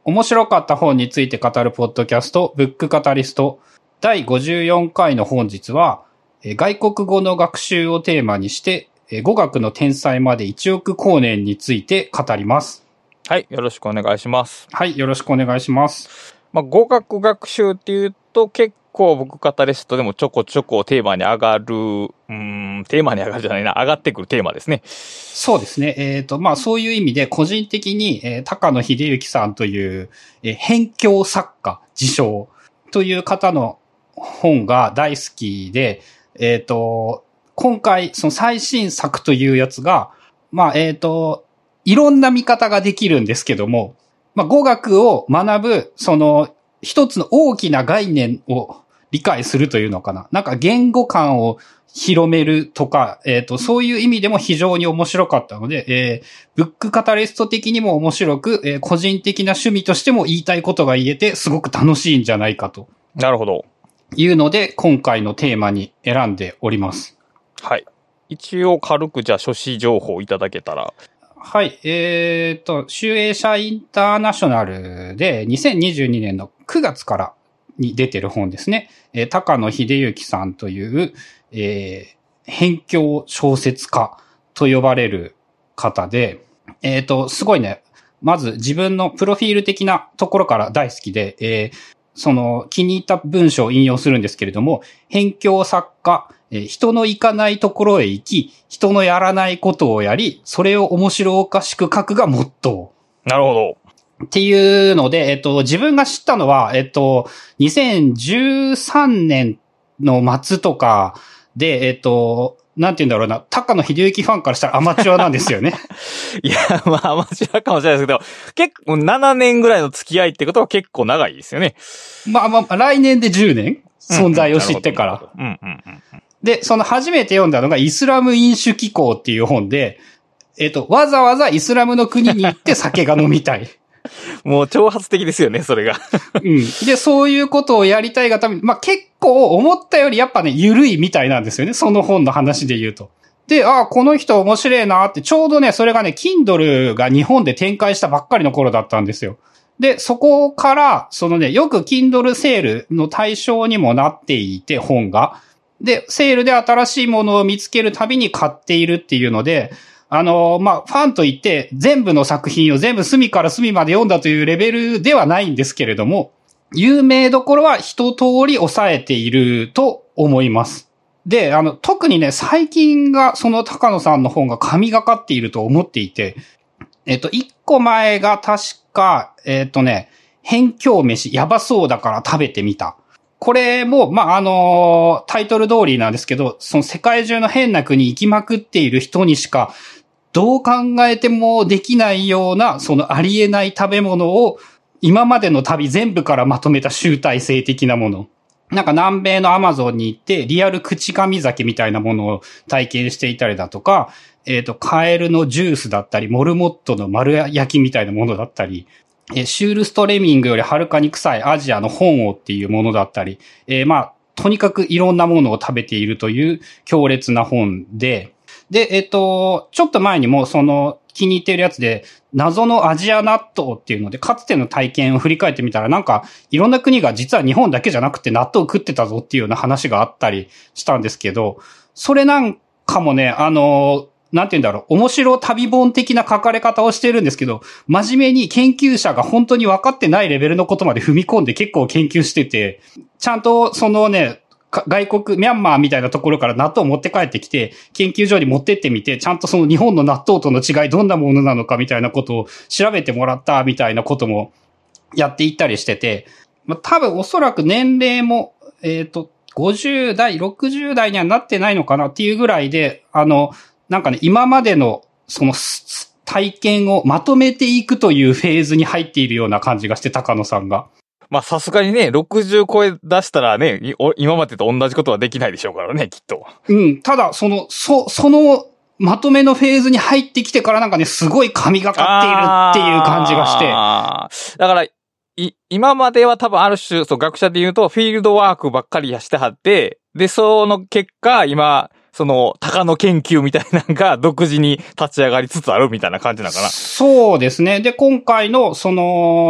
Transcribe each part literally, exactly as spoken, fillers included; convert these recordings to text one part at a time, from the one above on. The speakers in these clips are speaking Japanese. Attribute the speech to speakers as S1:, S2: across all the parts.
S1: 面白かった本について語るポッドキャスト、ブックカタリスト。だいごじゅうよんかいの本日は、外国語の学習をテーマにして、語学の天才までいちおく光年について語ります。
S2: はい、よろしくお願いします。
S1: はい、よろしくお願いします。
S2: まあ、語学学習っていうと結構僕カタリストでもちょこちょこテーマに上がる、うーん、テーマに上がるじゃないな、上がってくるテーマですね。
S1: そうですね。えっと、まあ、そういう意味で個人的に、えー、高野秀幸さんという、えー、辺境作家、自称という方の本が大好きで、えっと、今回、その最新作というやつが、まあ、えっと、いろんな見方ができるんですけども、まあ、語学を学ぶ、その、一つの大きな概念を理解するというのかな。なんか言語感を広めるとか、えっと、そういう意味でも非常に面白かったので、えー、ブックカタリスト的にも面白く、えー、個人的な趣味としても言いたいことが言えて、すごく楽しいんじゃないかと。
S2: なるほど。
S1: いうので、今回のテーマに選んでおります。
S2: はい。一応軽くじゃあ書誌情報いただけたら。
S1: はい。えっと、集英社インターナショナルでにせんにじゅうにねんのくがつからに出てる本ですね。えー、高野秀幸さんという、えー、辺境小説家と呼ばれる方で、えっと、すごいね、まず自分のプロフィール的なところから大好きで、えー、その気に入った文章を引用するんですけれども、辺境作家、人の行かないところへ行き、人のやらないことをやり、それを面白おかしく書くがモット
S2: ー。なるほど。
S1: っていうので、えっと、自分が知ったのは、えっと、にせんじゅうさんねんの末とかで、えっと、なんて言うんだろうな、高野秀幸ファンからしたらアマチュアなんですよね。
S2: いや、まあアマチュアかもしれないですけど、結構ななねんぐらいの付き合いってことは結構長いですよね。
S1: まあまあ、来年でじゅうねん存在を知ってから。
S2: うんうんうんうん。
S1: で、その初めて読んだのがイスラム飲酒機構っていう本で、えっと、わざわざイスラムの国に行って酒が飲みたい。
S2: もう挑発的ですよね、それが。
S1: うん。で、そういうことをやりたいがために、まあ、結構思ったよりやっぱね、緩いみたいなんですよね。その本の話で言うと。で、ああ、この人面白いなって、ちょうどね、それがね、Kindle が日本で展開したばっかりの頃だったんですよ。で、そこから、そのね、よく Kindle セールの対象にもなっていて、本が。で、セールで新しいものを見つけるたびに買っているっていうので、あの、まあ、ファンといって全部の作品を全部隅から隅まで読んだというレベルではないんですけれども、有名どころは一通り抑えていると思います。で、あの、特にね、最近がその高野さんの本が神がかっていると思っていて、えっと、一個前が確か、えっとね、辺境飯やばそうだから食べてみた。これも、まあ、あの、タイトル通りなんですけど、その世界中の変な国行きまくっている人にしか、どう考えてもできないような、そのありえない食べ物を、今までの旅全部からまとめた集大成的なもの。なんか南米のアマゾンに行って、リアル口噛み酒みたいなものを体験していたりだとか、えっと、カエルのジュースだったり、モルモットの丸焼きみたいなものだったり、えシュールストレミングよりはるかに臭いアジアの本をっていうものだったり、えー、まあ、とにかくいろんなものを食べているという強烈な本で、で、えっと、ちょっと前にもその気に入っているやつで、謎のアジア納豆っていうので、かつての体験を振り返ってみたら、なんか、いろんな国が実は日本だけじゃなくて納豆を食ってたぞっていうような話があったりしたんですけど、それなんかもね、あの、なんて言うんだろう、面白旅本的な書かれ方をしてるんですけど、真面目に研究者が本当に分かってないレベルのことまで踏み込んで結構研究してて、ちゃんとそのね、外国、ミャンマーみたいなところから納豆を持って帰ってきて、研究所に持ってってみて、ちゃんとその日本の納豆との違いどんなものなのかみたいなことを調べてもらったみたいなこともやっていったりしてて、まあ、多分おそらく年齢も、えっと、ごじゅう代、ろくじゅう代にはなってないのかなっていうぐらいで、あの、なんかね、今までのその体験をまとめていくというフェーズに入っているような感じがして、高野さんが。
S2: まあさすがにね、ろくじゅう超え出したらね、今までと同じことはできないでしょうからね、きっと。
S1: うん。ただ、その、そ、その、まとめのフェーズに入ってきてからなんかね、すごい神がかっているっていう感じがして。
S2: ああ。だから、い、今までは多分ある種、そう、学者で言うと、フィールドワークばっかりしてはって、で、その結果、今、その、鷹の研究みたいなのが独自に立ち上がりつつあるみたいな感じなのかな。
S1: そうですね。で、今回の、その、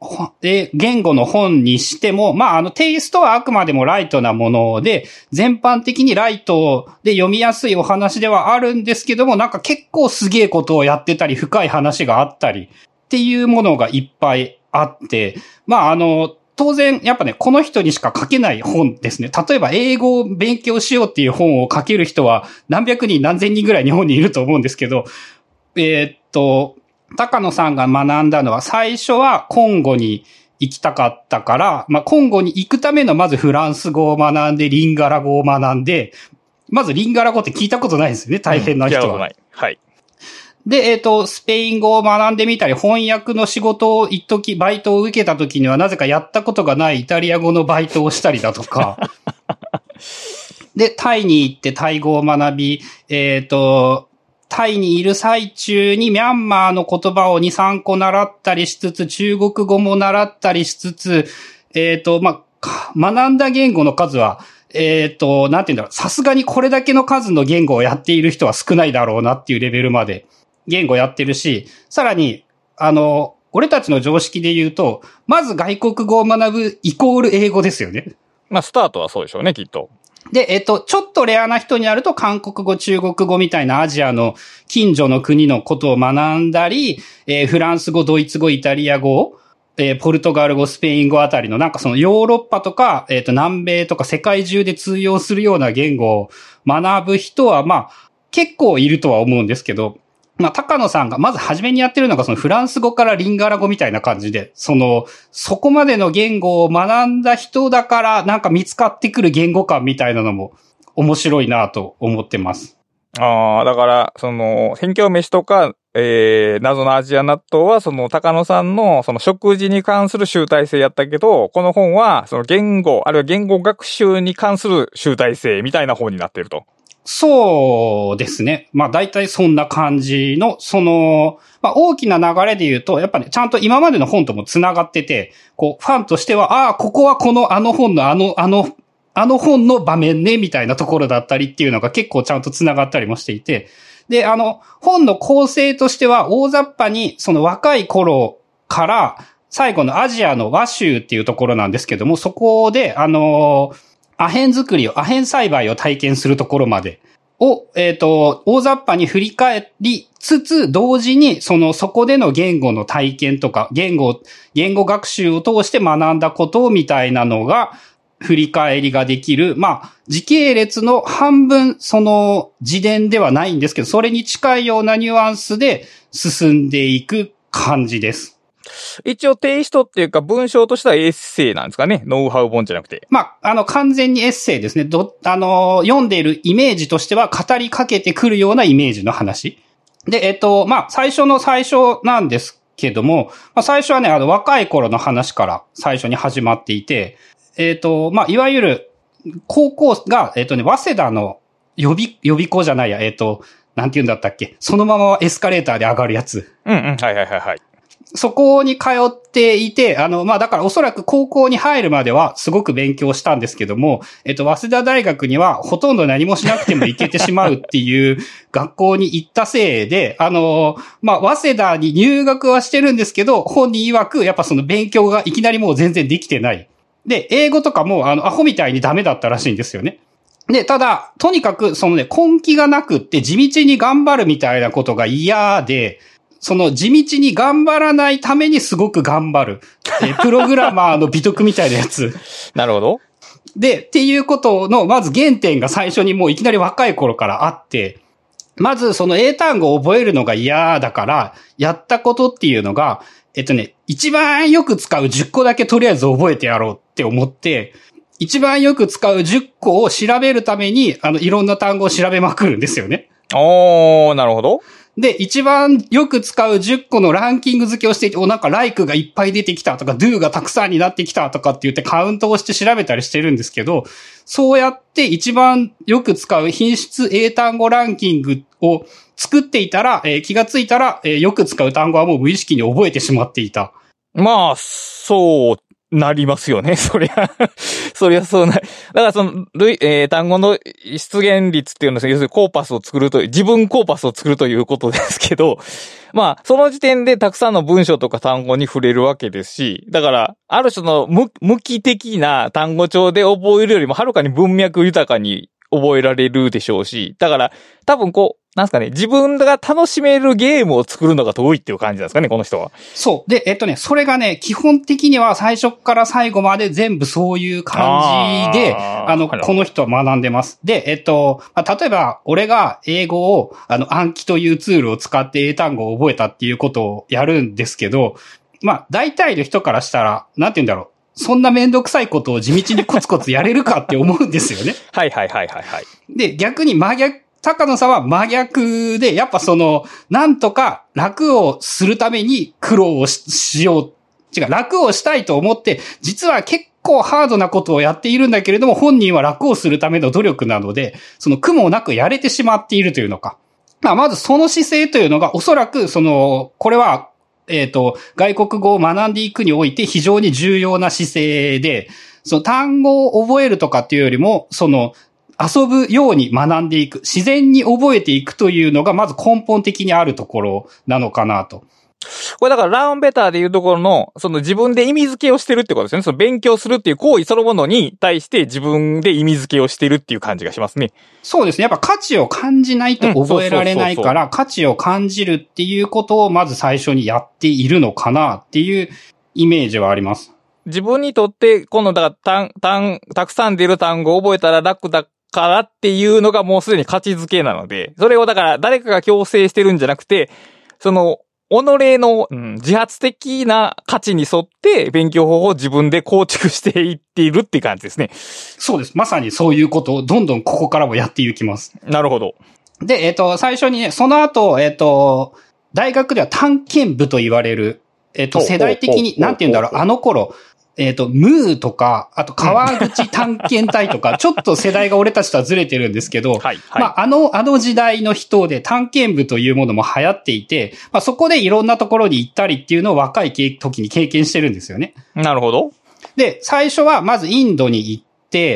S1: え言語の本にしても、まあ、あの、テイストはあくまでもライトなもので、全般的にライトで読みやすいお話ではあるんですけども、なんか結構すげえことをやってたり、深い話があったりっていうものがいっぱいあって、まあ、あの、当然、やっぱね、この人にしか書けない本ですね。例えば、英語を勉強しようっていう本を書ける人は、何百人何千人ぐらい日本にいると思うんですけど、えー、っと、高野さんが学んだのは、最初はコンゴに行きたかったから、まあ、コンゴに行くためのまずフランス語を学んで、リンガラ語を学んで、まずリンガラ語って聞いたことないですよね、大変な人は。うん、聞いたことない。
S2: はい。
S1: で、えっと、スペイン語を学んでみたり、翻訳の仕事を一時、バイトを受けた時には、なぜかやったことがないイタリア語のバイトをしたりだとか、で、タイに行ってタイ語を学び、えっと、タイにいる最中にミャンマーの言葉をに、さんこ習ったりしつつ、中国語も習ったりしつつ、えっと、まあ、学んだ言語の数は、えっと、なんていうんだろう、さすがにこれだけの数の言語をやっている人は少ないだろうなっていうレベルまで言語やってるし、さらに、あの、俺たちの常識で言うと、まず外国語を学ぶイコール英語ですよね。
S2: まあ、スタートはそうでしょうね、きっと。
S1: で、えっと、ちょっとレアな人になると韓国語、中国語みたいなアジアの近所の国のことを学んだり、えー、フランス語、ドイツ語、イタリア語、えー、ポルトガル語、スペイン語あたりのなんかそのヨーロッパとか、えっと、南米とか世界中で通用するような言語を学ぶ人は、まあ、結構いるとは思うんですけど、まあ、高野さんがまず初めにやってるのがそのフランス語からリンガラ語みたいな感じで、その、そこまでの言語を学んだ人だからなんか見つかってくる言語感みたいなのも面白いなと思ってます。
S2: ああ、だから、その、辺境飯とか、えー、謎のアジア納豆は、その、高野さんの、その、食事に関する集大成やったけど、この本は、その、言語、あるいは言語学習に関する集大成みたいな本になっていると。
S1: そうですね。まあ大体そんな感じの、その、まあ大きな流れで言うと、やっぱね、ちゃんと今までの本とも繋がってて、こう、ファンとしては、ああ、ここはこのあの本のあの、あの、あの本の場面ね、みたいなところだったりっていうのが結構ちゃんと繋がったりもしていて、で、あの、本の構成としては大雑把に、その若い頃から最後のアジアの和州っていうところなんですけども、そこで、あのー、アヘン作りを、アヘン栽培を体験するところまでを、えっと、大雑把に振り返りつつ、同時に、その、そこでの言語の体験とか、言語、言語学習を通して学んだことみたいなのが、振り返りができる。まあ、時系列の半分、その、自伝ではないんですけど、それに近いようなニュアンスで進んでいく感じです。
S2: 一応テイストっていうか文章としてはエッセイなんですかね。ノウハウ本じゃなくて。
S1: まあ、あの、完全にエッセイですね。ど、あの、読んでいるイメージとしては語りかけてくるようなイメージの話。で、えっと、まあ、最初の最初なんですけども、まあ、最初はね、あの、若い頃の話から最初に始まっていて、えっと、まあ、いわゆる、高校が、えっとね、早稲田の予備、予備校じゃないや、えっと、なんて言うんだったっけ。そのままエスカレーターで上がるやつ。
S2: うんうん、はいはいはいはい。
S1: そこに通っていて、あの、まあ、だからおそらく高校に入るまではすごく勉強したんですけども、えっと、早稲田大学にはほとんど何もしなくても行けてしまうっていう学校に行ったせいで、あの、まあ、早稲田に入学はしてるんですけど、本人曰くやっぱその勉強がいきなりもう全然できてない。で、英語とかもあの、アホみたいにダメだったらしいんですよね。で、ただ、とにかくそのね、根気がなくって地道に頑張るみたいなことが嫌で、その地道に頑張らないためにすごく頑張る。えプログラマーの美徳みたいなやつ。
S2: なるほど。
S1: で、っていうことの、まず原点が最初にもういきなり若い頃からあって、まずその英単語を覚えるのが嫌だから、やったことっていうのが、えっとね、一番よく使うじゅっこだけとりあえず覚えてやろうって思って、一番よく使うじゅっこを調べるために、あの、いろんな単語を調べまくるんですよね。
S2: おー、なるほど。
S1: で、一番よく使うじゅっこのランキング付けをしていて、お、なんか like がいっぱい出てきたとか、do がたくさんになってきたとかって言ってカウントをして調べたりしてるんですけど、そうやって一番よく使う品質英単語ランキングを作っていたら、えー、気がついたら、えー、よく使う単語はもう無意識に覚えてしまっていた。
S2: まあ、そうなりますよね。そりゃ、そりゃそうな。だからその、類、えー、単語の出現率っていうのは、要するにコーパスを作るという、自分コーパスを作るということですけど、まあ、その時点でたくさんの文章とか単語に触れるわけですし、だから、ある種の無、無機的な単語帳で覚えるよりも、はるかに文脈豊かに覚えられるでしょうし、だから、多分こう、なんすかね、自分が楽しめるゲームを作るのが遠いっていう感じなんですかね、この人は。
S1: そう。で、えっとね、それがね、基本的には最初から最後まで全部そういう感じで、あ, あの、この人は学んでます。で、えっと、まあ、例えば、俺が英語を、あの、暗記というツールを使って英単語を覚えたっていうことをやるんですけど、まあ、大体の人からしたら、なんて言うんだろう。そんなめんどくさいことを地道にコツコツやれるかって思うんですよね。
S2: はいはいはいはいはい。
S1: で、逆に真逆、高野さんは真逆で、やっぱその、なんとか楽をするために苦労を し, しよう。違う、楽をしたいと思って、実は結構ハードなことをやっているんだけれども、本人は楽をするための努力なので、その苦もなくやれてしまっているというのか。まあ、まずその姿勢というのが、おそらく、その、これは、えっと、外国語を学んでいくにおいて非常に重要な姿勢で、その単語を覚えるとかっていうよりも、その、遊ぶように学んでいく、自然に覚えていくというのがまず根本的にあるところなのかなと。
S2: これだからラウンベターでいうところの、その自分で意味付けをしてるってことですよね。その勉強するっていう行為そのものに対して自分で意味付けをしてるっていう感じがしますね。
S1: そうですね。やっぱ価値を感じないと覚えられないから、価値を感じるっていうことをまず最初にやっているのかなっていうイメージはあります。
S2: 自分にとって、この、だから単、単、たくさん出る単語を覚えたら楽だからっていうのがもうすでに価値づけなので、それをだから誰かが強制してるんじゃなくて、その、己の、うん、自発的な価値に沿って勉強方法を自分で構築していっているっていう感じですね。
S1: そうです。まさにそういうことをどんどんここからもやっていきます。
S2: なるほど。
S1: で、えっと、最初にね、その後、えっと、大学では探検部と言われる、えっと、世代的に、なんて言うんだろう、あの頃、えっと、ムーとか、あと川口探検隊とか、ちょっと世代が俺たちとはずれてるんですけど、はいはい、まあ、あの、あの時代の人で探検部というものも流行っていて、まあ、そこでいろんなところに行ったりっていうのを若い時に経験してるんですよね。
S2: なるほど。
S1: で、最初はまずインドに行って、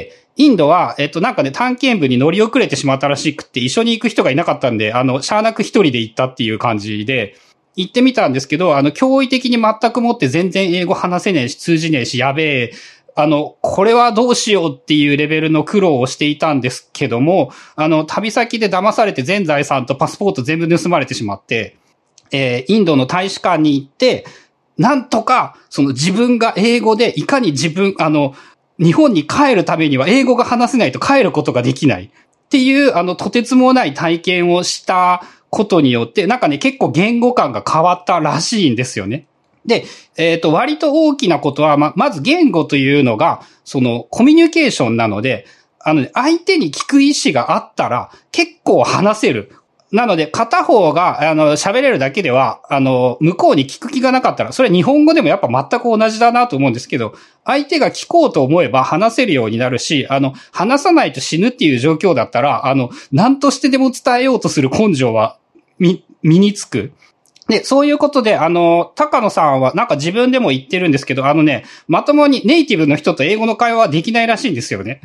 S1: インドは、えっと、なんかね、探検部に乗り遅れてしまったらしくって、一緒に行く人がいなかったんで、あの、しゃーなく一人で行ったっていう感じで、行ってみたんですけど、あの、驚異的に全くもって全然英語話せねえし、通じねえし、やべえ、あの、これはどうしようっていうレベルの苦労をしていたんですけども、あの、旅先で騙されて全財産とパスポート全部盗まれてしまって、えー、インドの大使館に行って、なんとか、その自分が英語で、いかに自分、あの、日本に帰るためには英語が話せないと帰ることができないっていう、あの、とてつもない体験をしたことによって、なんかね、結構言語感が変わったらしいんですよね。で、えっと、割と大きなことは、ま、まず言語というのが、その、コミュニケーションなので、あの、相手に聞く意思があったら、結構話せる。なので、片方が、あの、喋れるだけでは、あの、向こうに聞く気がなかったら、それ日本語でもやっぱ全く同じだなと思うんですけど、相手が聞こうと思えば話せるようになるし、あの、話さないと死ぬっていう状況だったら、あの、何としてでも伝えようとする根性は、み、身につく。で、そういうことで、あの、高野さんは、なんか自分でも言ってるんですけど、あのね、まともにネイティブの人と英語の会話はできないらしいんですよね。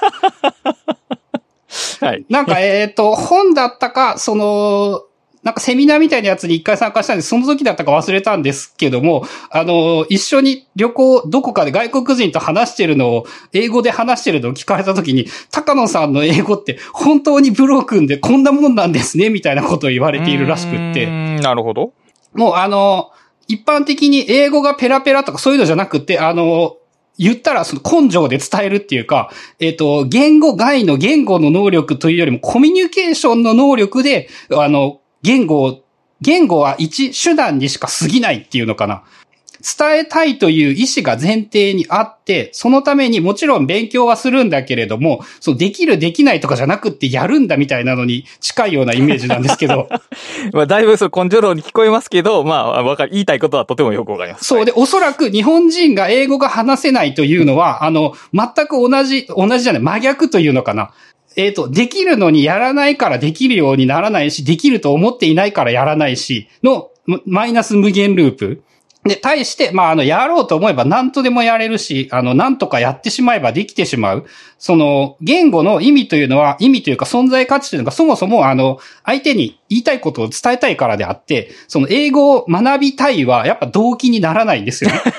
S1: はい。なんか、えっと、本だったか、その、なんかセミナーみたいなやつに一回参加したんで、その時だったか忘れたんですけども、あの、一緒に旅行、どこかで外国人と話してるのを、英語で話してるのを聞かれた時に、高野さんの英語って本当にブロークンでこんなもんなんですね、みたいなことを言われているらしくって。
S2: なるほど。
S1: もうあの、一般的に英語がペラペラとかそういうのじゃなくて、あの、言ったらその根性で伝えるっていうか、えっと、言語外の言語の能力というよりもコミュニケーションの能力で、あの、言語を、言語は一手段にしか過ぎないっていうのかな。伝えたいという意思が前提にあって、そのためにもちろん勉強はするんだけれども、そうできるできないとかじゃなくってやるんだみたいなのに近いようなイメージなんですけど。
S2: まあだいぶそう根性論に聞こえますけど、まあわかる、言いたいことはとてもよくわかります。
S1: そうで、おそらく日本人が英語が話せないというのは、あの、全く同じ、同じじゃない、真逆というのかな。えっと、できるのにやらないからできるようにならないし、できると思っていないからやらないし、の、マイナス無限ループ。 で、対して、まあ、あの、やろうと思えば何とでもやれるし、あの、何とかやってしまえばできてしまう。その、言語の意味というのは、意味というか存在価値というのがそもそも、あの、相手に言いたいことを伝えたいからであって、その、英語を学びたいは、やっぱ動機にならないんですよね。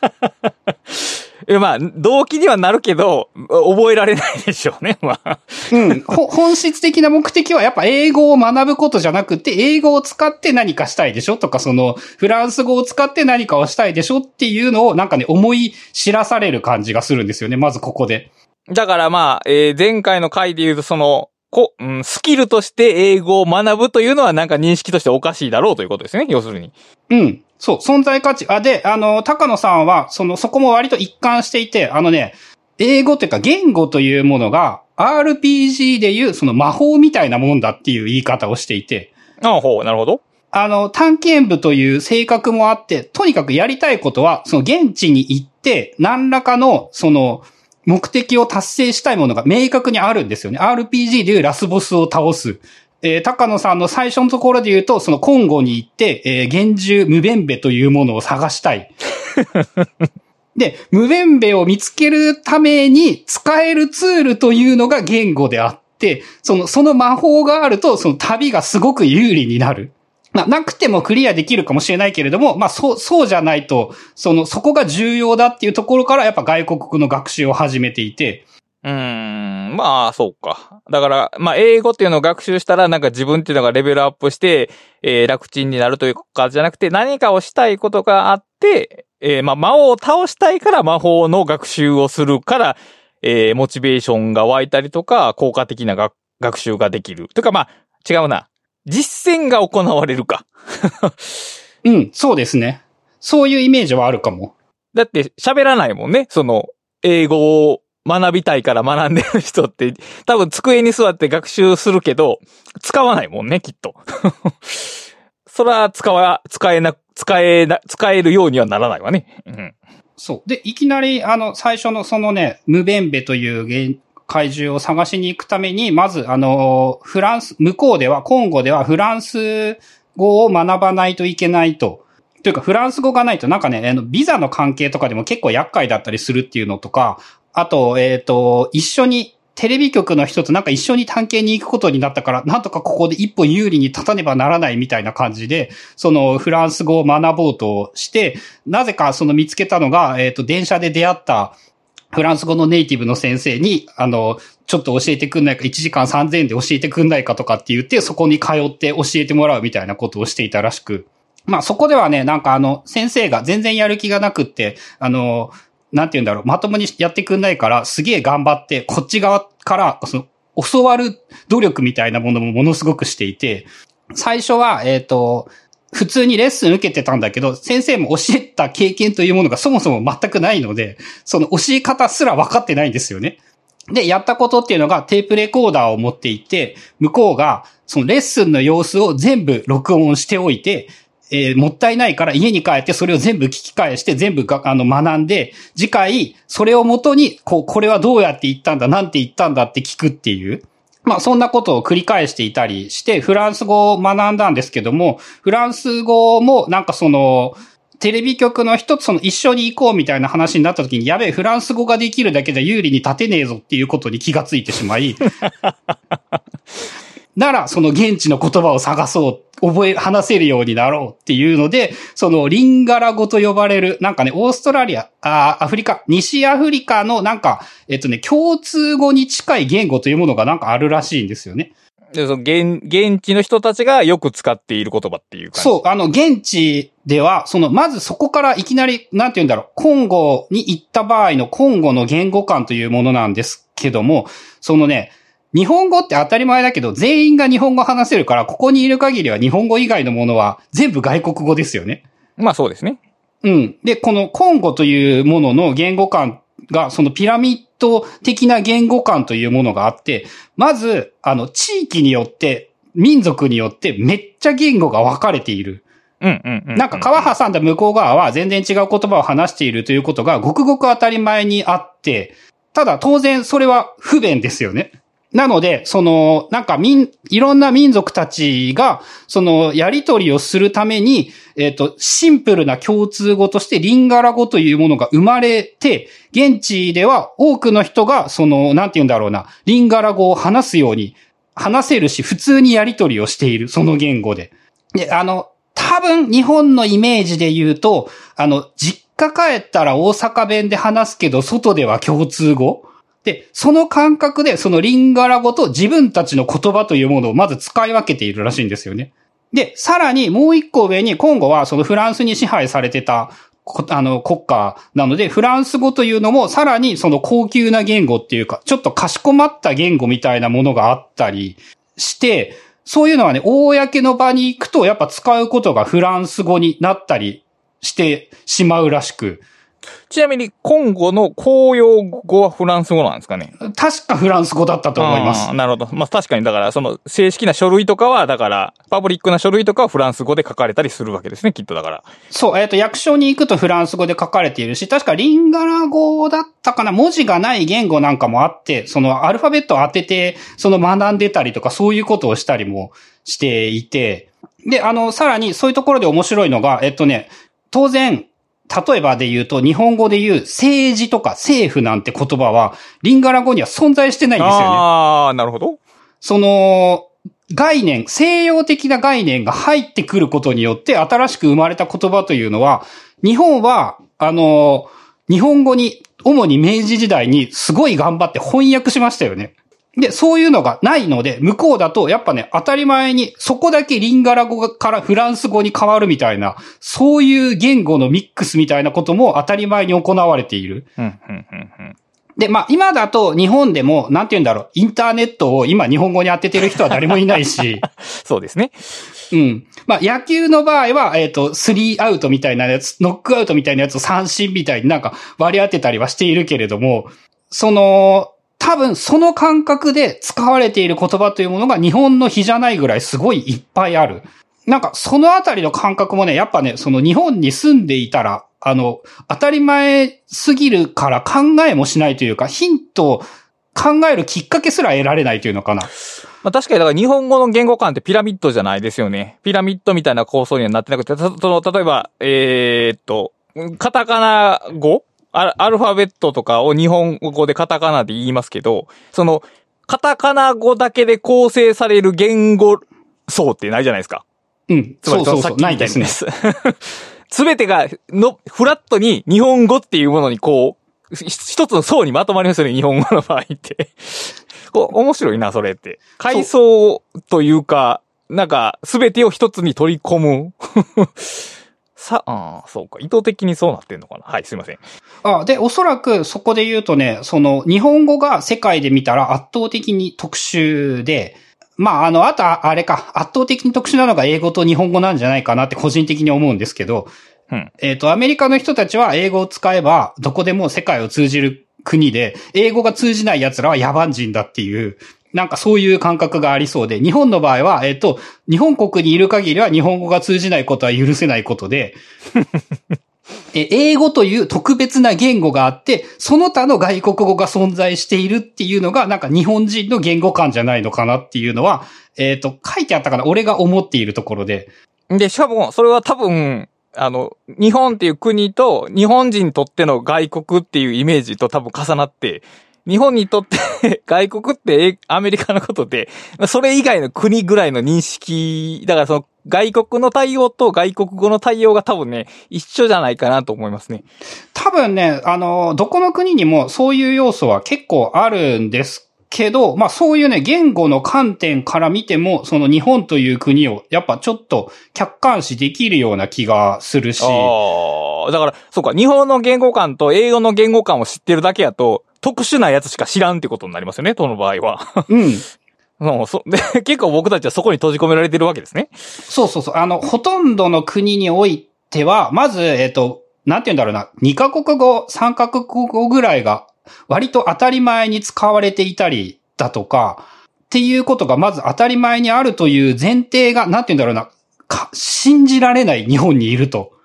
S2: まあ、動機にはなるけど、覚えられないでしょうね、まあ。
S1: うん。本質的な目的はやっぱ英語を学ぶことじゃなくて、英語を使って何かしたいでしょとか、その、フランス語を使って何かをしたいでしょっていうのをなんかね、思い知らされる感じがするんですよね、まずここで。
S2: だからまあ、えー、前回の回で言うとその、こ、うん、スキルとして英語を学ぶというのはなんか認識としておかしいだろうということですね、要するに。
S1: うん。そう、存在価値。あ、で、あの、高野さんは、その、そこも割と一貫していて、あのね、英語というか言語というものが、アールピージー でいうその魔法みたいなもんだっていう言い方をしていて。
S2: ああ、ほう、なるほど。
S1: あの、探検部という性格もあって、とにかくやりたいことは、その現地に行って、何らかの、その、目的を達成したいものが明確にあるんですよね。アールピージー でいうラスボスを倒す。えー、高野さんの最初のところで言うと、そのコンゴに行って、えー、幻獣ムベンベというものを探したい。で、ムベンベを見つけるために使えるツールというのが言語であって、その、その魔法があると、その旅がすごく有利になる。まあ、なくてもクリアできるかもしれないけれども、まあ、そう、そうじゃないと、その、そこが重要だっていうところから、やっぱ外国語の学習を始めていて、
S2: うーん、まあ、そうか。だから、まあ、英語っていうのを学習したら、なんか自分っていうのがレベルアップして、えー、楽ちんになるというかじゃなくて、何かをしたいことがあって、えー、まあ、魔王を倒したいから魔法の学習をするから、えー、モチベーションが湧いたりとか、効果的な学、学習ができる。というか、まあ、違うな。実践が行われるか。
S1: うん、そうですね。そういうイメージはあるかも。
S2: だって喋らないもんね。その、英語を学びたいから学んでる人って、多分机に座って学習するけど、使わないもんね、きっと。そら、使わ、使えな、使えな、使えるようにはならないわね。うん。
S1: そう。で、いきなり、あの、最初のそのね、ムベンベという怪獣を探しに行くために、まず、あの、フランス、向こうでは、コンゴではフランス語を学ばないといけないと。というか、フランス語がないと、なんかね、あの、ビザの関係とかでも結構厄介だったりするっていうのとか、あと、えっと、一緒に、テレビ局の人となんか一緒に探検に行くことになったから、なんとかここで一歩有利に立たねばならないみたいな感じで、そのフランス語を学ぼうとして、なぜかその見つけたのが、えっと、電車で出会ったフランス語のネイティブの先生に、あの、ちょっと教えてくんないか、いちじかんさんぜんえんで教えてくんないかとかって言って、そこに通って教えてもらうみたいなことをしていたらしく。まあそこではね、なんかあの、先生が全然やる気がなくって、あの、なんて言うんだろう、まともにやってくんないから、すげえ頑張って、こっち側から、その、教わる努力みたいなものもものすごくしていて、最初は、えっと、普通にレッスン受けてたんだけど、先生も教えた経験というものがそもそも全くないので、その教え方すら分かってないんですよね。で、やったことっていうのがテープレコーダーを持っていて、向こうが、そのレッスンの様子を全部録音しておいて、えー、もったいないから家に帰ってそれを全部聞き返して全部があの学んで、次回それをもとに、こう、これはどうやって言ったんだ、なんて言ったんだって聞くっていう。まあそんなことを繰り返していたりして、フランス語を学んだんですけども、フランス語もなんかその、テレビ局の人とその一緒に行こうみたいな話になった時に、やべえ、フランス語ができるだけじゃ有利に立てねえぞっていうことに気がついてしまい、なら、その現地の言葉を探そう、覚え、話せるようになろうっていうので、そのリンガラ語と呼ばれる、なんかね、オーストラリア、あアフリカ、西アフリカのなんか、えっとね、共通語に近い言語というものがなんかあるらしいんですよね。
S2: でその現、現地の人たちがよく使っている言葉っていう感じ。
S1: そう、あの、現地では、その、まずそこからいきなり、なんて言うんだろう、コンゴに行った場合のコンゴの言語感というものなんですけども、そのね、日本語って当たり前だけど、全員が日本語話せるから、ここにいる限りは日本語以外のものは全部外国語ですよね。
S2: まあそうですね。
S1: うん。で、このコンゴというものの言語感が、そのピラミッド的な言語感というものがあって、まず、あの、地域によって、民族によってめっちゃ言語が分かれている。
S2: うんうんうん。
S1: なんか川挟んだ向こう側は全然違う言葉を話しているということがごくごく当たり前にあって、ただ当然それは不便ですよね。 なので、その、なんか民、いろんな民族たちが、その、やりとりをするために、えっと、シンプルな共通語としてリンガラ語というものが生まれて、現地では多くの人が、その、なんて言うんだろうな、リンガラ語を話すように、話せるし、普通にやりとりをしている、その言語で。で、あの、多分、日本のイメージで言うと、あの、実家帰ったら大阪弁で話すけど、外では共通語で、その感覚で、そのリンガラ語と自分たちの言葉というものをまず使い分けているらしいんですよね。で、さらにもう一個上に、コンゴはそのフランスに支配されてた、あの、国家なので、フランス語というのもさらにその高級な言語っていうか、ちょっとかしこまった言語みたいなものがあったりして、そういうのはね、公の場に行くとやっぱ使うことがフランス語になったりしてしまうらしく、
S2: ちなみに、コンゴの公用語はフランス語なんですかね？
S1: 確かフランス語だったと思います。
S2: なるほど。まあ、確かに、だから、その、正式な書類とかは、だから、パブリックな書類とかはフランス語で書かれたりするわけですね、きっとだから。
S1: そう、えっと、役所に行くとフランス語で書かれているし、確かリンガラ語だったかな、文字がない言語なんかもあって、その、アルファベットを当てて、その学んでたりとか、そういうことをしたりもしていて、で、あの、さらに、そういうところで面白いのが、えっとね、当然、例えばで言うと、日本語で言う政治とか政府なんて言葉は、リンガラ語には存在してないんですよね。
S2: ああ、なるほど。
S1: その、概念、西洋的な概念が入ってくることによって、新しく生まれた言葉というのは、日本は、あの、日本語に、主に明治時代にすごい頑張って翻訳しましたよね。で、そういうのがないので、向こうだとやっぱね、当たり前に、そこだけリンガラ語からフランス語に変わるみたいな、そういう言語のミックスみたいなことも当たり前に行われている。
S2: うんうんうんうん、
S1: で、まあ今だと日本でも、なんて言うんだろう、インターネットを今日本語に当ててる人は誰もいないし。
S2: そうですね。
S1: うん。まあ野球の場合は、えっと、スリーアウトみたいなやつ、ノックアウトみたいなやつを三振みたいになんか割り当てたりはしているけれども、その、多分その感覚で使われている言葉というものが日本の比じゃないぐらいすごいいっぱいある。なんかそのあたりの感覚もね、やっぱね、その日本に住んでいたら、あの、当たり前すぎるから考えもしないというか、ヒントを考えるきっかけすら得られないというのかな。
S2: まあ確かにだから日本語の言語感ってピラミッドじゃないですよね。ピラミッドみたいな構想にはなってなくて、その、例えば、えー、っと、カタカナ語アルファベットとかを日本語でカタカナで言いますけど、その、カタカナ語だけで構成される言語層ってないじゃないですか。
S1: うん。
S2: つまりその
S1: そうそうそう。ないですね。
S2: すべてがの、フラットに日本語っていうものにこう、一つの層にまとまりますよね、日本語の場合って。こう面白いな、それって。階層というか、なんか、すべてを一つに取り込む。さ、ああ、そうか。意図的にそうなってんのかな。はい、すいません。
S1: あ、で、おそらくそこで言うとね、その、日本語が世界で見たら圧倒的に特殊で、まあ、あの、あと、あれか、圧倒的に特殊なのが英語と日本語なんじゃないかなって個人的に思うんですけど、うん、えっと、アメリカの人たちは英語を使えば、どこでも世界を通じる国で、英語が通じない奴らは野蛮人だっていう、なんかそういう感覚がありそうで、日本の場合は、えっと、日本国にいる限りは日本語が通じないことは許せないことで、英語という特別な言語があって、その他の外国語が存在しているっていうのが、なんか日本人の言語感じゃないのかなっていうのは、えっと、書いてあったかな、俺が思っているところで。
S2: で、しかも、それは多分、あの、日本っていう国と日本人にとっての外国っていうイメージと多分重なって、日本にとって外国ってアメリカのことで、それ以外の国ぐらいの認識、だからその外国の対応と外国語の対応が多分ね、一緒じゃないかなと思いますね。
S1: 多分ね、あの、どこの国にもそういう要素は結構あるんですけど、まあそういうね、言語の観点から見ても、その日本という国をやっぱちょっと客観視できるような気がするし。
S2: ああ、だから、そうか、日本の言語感と英語の言語感を知ってるだけやと、特殊なやつしか知らんってことになりますよね、その場合は。
S1: うん。
S2: そうそで結構僕たちはそこに閉じ込められてるわけですね。
S1: そうそうそう。あの、ほとんどの国においては、まず、えっと、なんて言うんだろうな、にカ国語、さんカ国語ぐらいが、割と当たり前に使われていたりだとか、っていうことがまず当たり前にあるという前提が、なんて言うんだろうな、か信じられない日本にいると。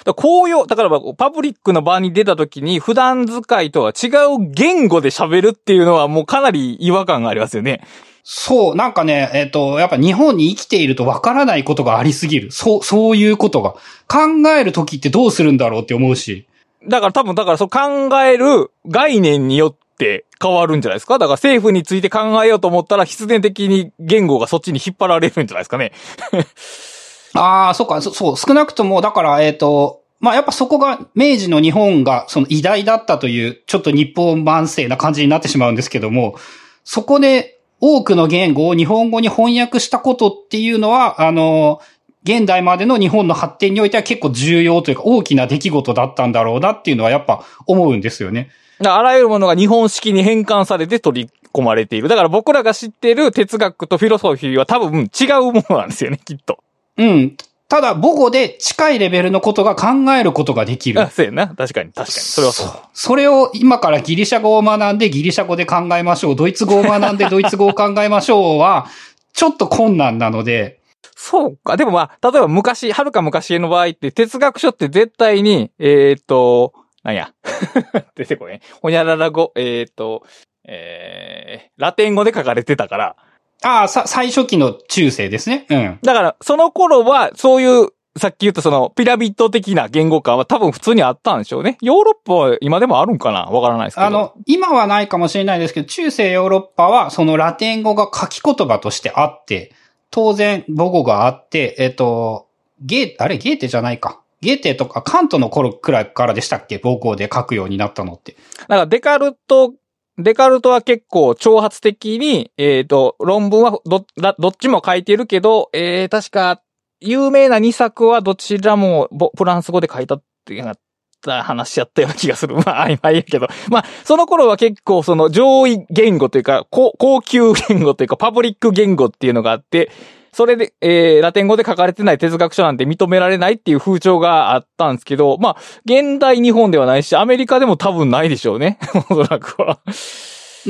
S2: だ公用、だからパブリックの場に出た時に普段使いとは違う言語で喋るっていうのはもうかなり違和感がありますよね。
S1: そう、なんかね、えっと、やっぱ日本に生きているとわからないことがありすぎる。そう、そういうことが。考える時ってどうするんだろうって思うし。
S2: だから多分、だからそう考える概念によって変わるんじゃないですか。だから政府について考えようと思ったら必然的に言語がそっちに引っ張られるんじゃないですかね。
S1: ああ、そっか、そ、そう、少なくとも、だから、えっと、まあ、やっぱそこが、明治の日本が、その偉大だったという、ちょっと日本万世な感じになってしまうんですけども、そこで多くの言語を日本語に翻訳したことっていうのは、あの、現代までの日本の発展においては結構重要というか大きな出来事だったんだろうなっていうのはやっぱ思うんですよね。
S2: あらゆるものが日本式に変換されて取り込まれている。だから僕らが知っている哲学とフィロソフィーは多分違うものなんですよね、きっと。
S1: うん。ただ母語で近いレベルのことが考えることができる。
S2: あ、そうやな。確かに確かに。それはそう。
S1: それを今からギリシャ語を学んでギリシャ語で考えましょう。ドイツ語を学んでドイツ語を考えましょうは、ちょっと困難なので、
S2: そうか。でもまあ、例えば昔、はるか昔の場合って、哲学書って絶対に、えー、っと、なんや。出てこいね。ほにゃらら語、えー、っと、えー、ラテン語で書かれてたから。
S1: ああ、さ、最初期の中世ですね。うん。
S2: だから、その頃は、そういう、さっき言ったその、ピラミッド的な言語化は多分普通にあったんでしょうね。ヨーロッパは今でもあるんかなわからないですけど。
S1: あの、今はないかもしれないですけど、中世ヨーロッパは、そのラテン語が書き言葉としてあって、当然母語があって、えっと、ゲー、あれゲーテじゃないか。ゲーテとかカントの頃くらいからでしたっけ母語で書くようになったのって。
S2: だからデカルト、デカルトは結構挑発的に、えっと、論文はど、どっちも書いてるけど、えー、確か、有名なにさくはどちらもフランス語で書いたっていう話やったような気がする。まあ、曖昧やけど。まあ、その頃は結構その上位言語というか、高級言語というか、パブリック言語っていうのがあって、それで、えー、ラテン語で書かれてない哲学書なんて認められないっていう風潮があったんですけど、まあ、現代日本ではないし、アメリカでも多分ないでしょうね。おそらくは。
S1: うん。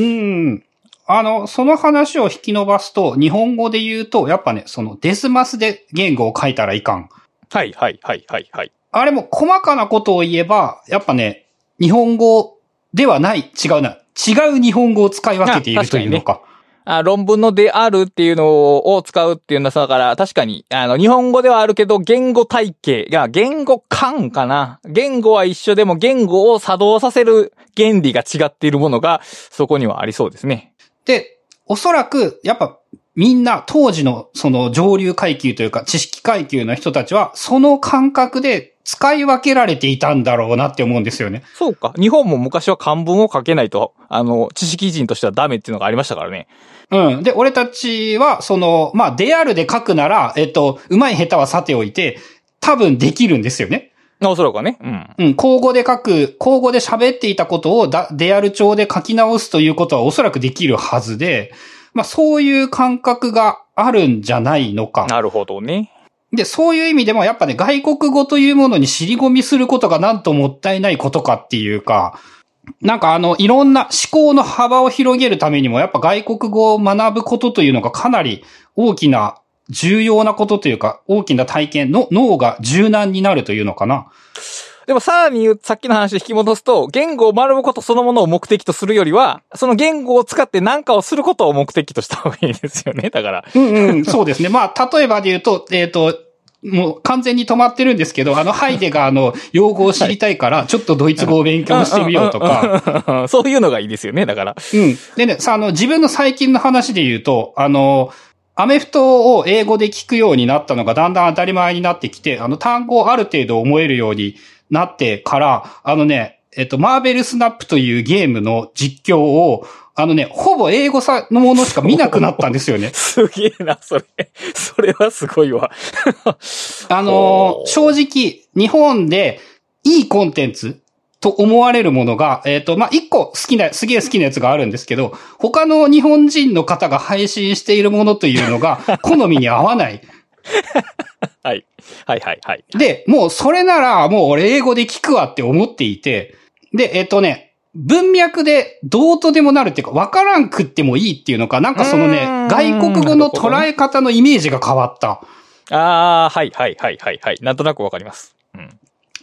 S1: あの、その話を引き伸ばすと、日本語で言うと、やっぱね、そのデスマスで言語を書いたらいかん。
S2: はい、はい、はい、はい、はい。
S1: あれも細かなことを言えば、やっぱね、日本語ではない、違うな。違う日本語を使い分けているというのか。
S2: あ、論文のであるっていうのを使うっていうのは、だから確かに、あの、日本語ではあるけど、言語体系が、言語間かな。言語は一緒でも言語を作動させる原理が違っているものが、そこにはありそうですね。
S1: で、おそらく、やっぱ、みんな当時のその上流階級というか知識階級の人たちは、その感覚で使い分けられていたんだろうなって思うんですよね。
S2: そうか。日本も昔は漢文を書けないと、あの、知識人としてはダメっていうのがありましたからね。
S1: うん。で、俺たちは、その、まあ、であるで書くなら、えっと、うまい下手はさておいて、多分できるんですよね。
S2: おそらくはね。うん。
S1: うん。口語で書く、口語で喋っていたことをだ、デアル帳で書き直すということはおそらくできるはずで、まあそういう感覚があるんじゃないのか。
S2: なるほどね。
S1: で、そういう意味でもやっぱね、外国語というものに尻込みすることがなんともったいないことかっていうか、なんかあの、いろんな思考の幅を広げるためにも、やっぱ外国語を学ぶことというのがかなり大きな重要なことというか、大きな体験の脳が柔軟になるというのかな。
S2: でもさらに言う、さっきの話で引き戻すと、言語を学ぶことそのものを目的とするよりは、その言語を使って何かをすることを目的とした方がいいですよね、だから。
S1: うんうん、そうですね。まあ、例えばで言うと、えっと、もう完全に止まってるんですけど、あの、ハイデガーの用語を知りたいから、ちょっとドイツ語を勉強してみようとか。
S2: そういうのがいいですよね、だから。
S1: うん。でね、さ、あの、自分の最近の話で言うと、あの、アメフトを英語で聞くようになったのがだんだん当たり前になってきて、あの、単語をある程度思えるようになってから、あのね、えっと、マーベルスナップというゲームの実況を、あのね、ほぼ英語さのものしか見なくなったんですよね。
S2: すげえな、それ。それはすごいわ。
S1: あのー、正直、日本でいいコンテンツと思われるものが、えっと、まあ、一個好きな、すげえ好きなやつがあるんですけど、他の日本人の方が配信しているものというのが、好みに合わない。
S2: はい。はいはいはい。
S1: で、もうそれなら、もう俺英語で聞くわって思っていて、で、えっとね、文脈でどうとでもなるっていうか、わからんくってもいいっていうのか、なんかそのね、外国語の捉え方のイメージが変わった。
S2: ああ、はいはいはいはいはい。なんとなくわかります。うん。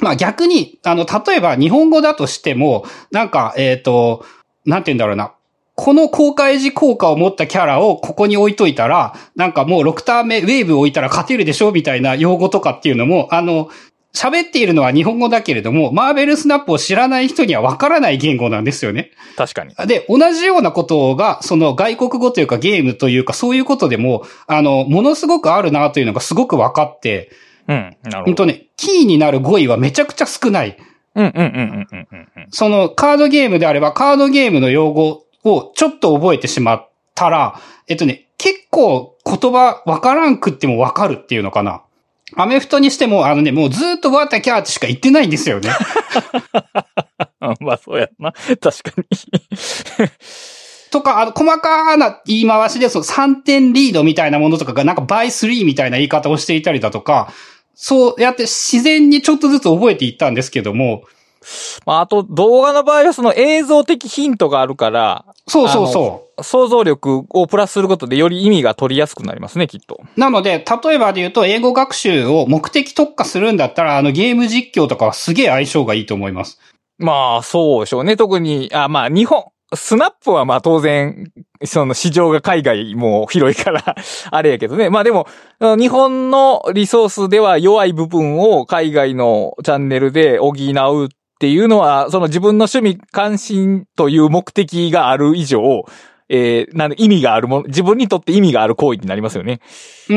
S1: まあ逆に、あの、例えば日本語だとしても、なんか、えっと、なんて言うんだろうな。この公開時効果を持ったキャラをここに置いといたら、なんかもうろくターン目、ウェーブを置いたら勝てるでしょみたいな用語とかっていうのも、あの、喋っているのは日本語だけれども、マーベルスナップを知らない人にはわからない言語なんですよね。
S2: 確かに。
S1: で、同じようなことが、その外国語というかゲームというかそういうことでも、あの、ものすごくあるなというのがすごく分かって、
S2: うん、なるほど。
S1: ほんとね、キーになる語彙はめちゃくちゃ少ない。
S2: うん、うん、うん、うん、うん、うん。
S1: そのカードゲームであれば、カードゲームの用語をちょっと覚えてしまったら、えっとね、結構言葉分からんくっても分かるっていうのかな。アメフトにしても、あのね、もうずーっとワータキャーチしか言ってないんですよね。
S2: まあそうやな。確かに。
S1: とか、あの、細かな言い回しで、そのさんてんリードみたいなものとかが、なんかバイスリーみたいな言い方をしていたりだとか、そうやって自然にちょっとずつ覚えていったんですけども。
S2: まああと動画の場合はその映像的ヒントがあるから、
S1: そうそうそう。
S2: 想像力をプラスすることでより意味が取りやすくなりますね、きっと。
S1: なので、例えばで言うと、英語学習を目的特化するんだったら、あのゲーム実況とかはすげえ相性がいいと思います。
S2: まあ、そうでしょうね。特に、あ、まあ、日本、スナップはまあ当然、その市場が海外も広いから、あれやけどね。まあでも、日本のリソースでは弱い部分を海外のチャンネルで補うっていうのは、その自分の趣味関心という目的がある以上、えー、なん意味があるもの、自分にとって意味がある行為になりますよね。
S1: うん。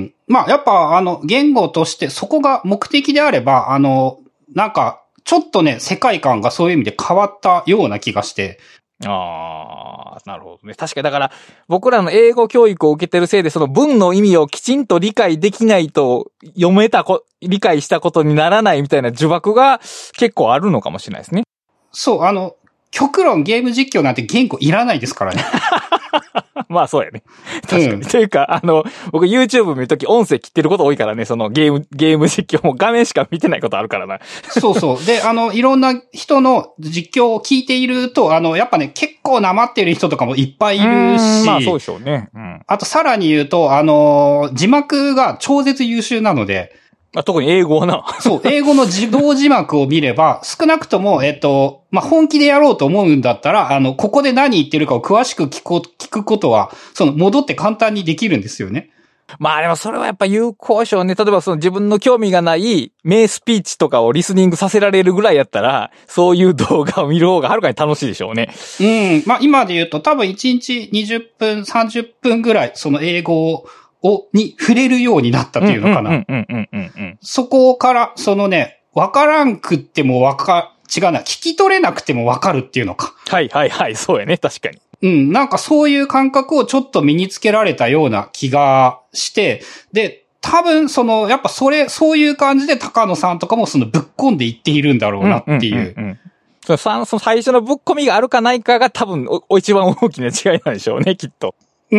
S1: まあ、やっぱ、あの、言語としてそこが目的であれば、あの、なんか、ちょっとね、世界観がそういう意味で変わったような気がして。
S2: ああ、なるほどね。確かに、だから、僕らの英語教育を受けてるせいで、その文の意味をきちんと理解できないと、読めたこ、理解したことにならないみたいな呪縛が結構あるのかもしれないですね。
S1: そう、あの、極論ゲーム実況なんて言語いらないですからね。
S2: まあそうやね。確かに。うん、というか、あの、僕 YouTube 見るとき音声切ってること多いからね、そのゲーム、ゲーム実況も画面しか見てないことあるからな。
S1: そうそう。で、あの、いろんな人の実況を聞いていると、あの、やっぱね、結構なまってる人とかもいっぱいいるし。
S2: まあそうでしょうね。うん。
S1: あとさらに言うと、あの、字幕が超絶優秀なので、
S2: あ、特に英語はな。
S1: そう、英語の自動字幕を見れば、少なくとも、えっと、まあ、本気でやろうと思うんだったら、あの、ここで何言ってるかを詳しく聞こ、聞くことは、その、戻って簡単にできるんですよね。
S2: まあでもそれはやっぱ有効でしょうね。例えばその自分の興味がない名スピーチとかをリスニングさせられるぐらいやったら、そういう動画を見る方がはるかに楽しいでしょうね。
S1: うん。まあ今で言うと多分いちにちにじゅっぷん、さんじゅっぷんぐらい、その英語を、を、に触れるようになったっていうのかな。そこから、そのね、わからんくってもわか、違うな、聞き取れなくてもわかるっていうのか。
S2: はいはいはい、そうやね、確かに。
S1: うん、なんかそういう感覚をちょっと身につけられたような気がして、で、多分その、やっぱそれ、そういう感じで高野さんとかもそのぶっ込んでいっているんだろうなっていう。
S2: うんうんうんうんそのその最初のぶっ込みがあるかないかが多分お一番大きな違いなんでしょうね、きっと。
S1: うん。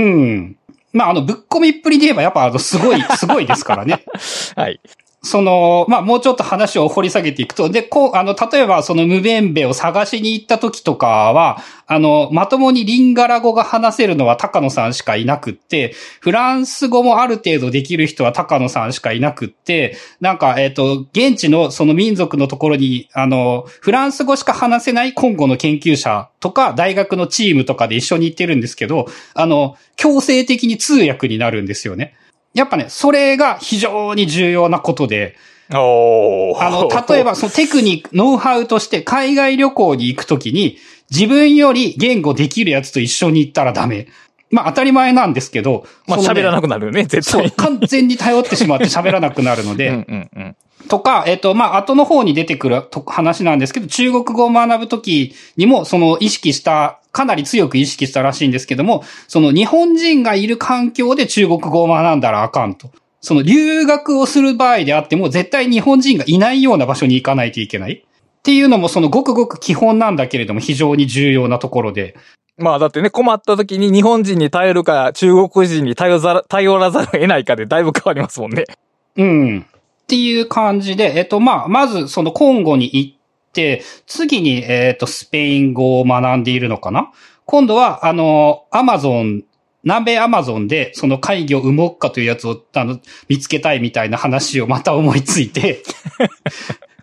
S1: まあ、あの、ぶっ込みっぷりで言えば、やっぱ、あの、すごい、すごいですからね。
S2: はい。
S1: その、まあ、もうちょっと話を掘り下げていくと、で、こう、あの、例えば、その、ムベンベを探しに行った時とかは、あの、まともにリンガラ語が話せるのは高野さんしかいなくって、フランス語もある程度できる人は高野さんしかいなくって、なんか、えっと、現地のその民族のところに、あの、フランス語しか話せないコンゴの研究者とか、大学のチームとかで一緒に行ってるんですけど、あの、強制的に通訳になるんですよね。やっぱね、それが非常に重要なことで、
S2: おー。
S1: あの、例えばそのテクニック、ノウハウとして海外旅行に行くときに、自分より言語できるやつと一緒に行ったらダメ。まあ当たり前なんですけど。
S2: まあ喋、ね、らなくなるよね、絶対。
S1: そう、完全に頼ってしまって喋らなくなるので。
S2: うんうんうん。
S1: とか、えっと、まあ、後の方に出てくる話なんですけど、中国語を学ぶときにも、その意識した、かなり強く意識したらしいんですけども、その日本人がいる環境で中国語を学んだらあかんと。その留学をする場合であっても、絶対日本人がいないような場所に行かないといけない。っていうのも、そのごくごく基本なんだけれども、非常に重要なところで。
S2: まあだってね、困った時に日本人に頼るか、中国人に頼ら、頼らざるを得ないかでだいぶ変わりますもんね。
S1: うん。っていう感じで、えっと、まあ、まずそのコンゴに行って、次に、えっと、スペイン語を学んでいるのかな？今度は、あの、アマゾン、南米アマゾンで、その怪魚ウモッカというやつを、あの、見つけたいみたいな話をまた思いついて。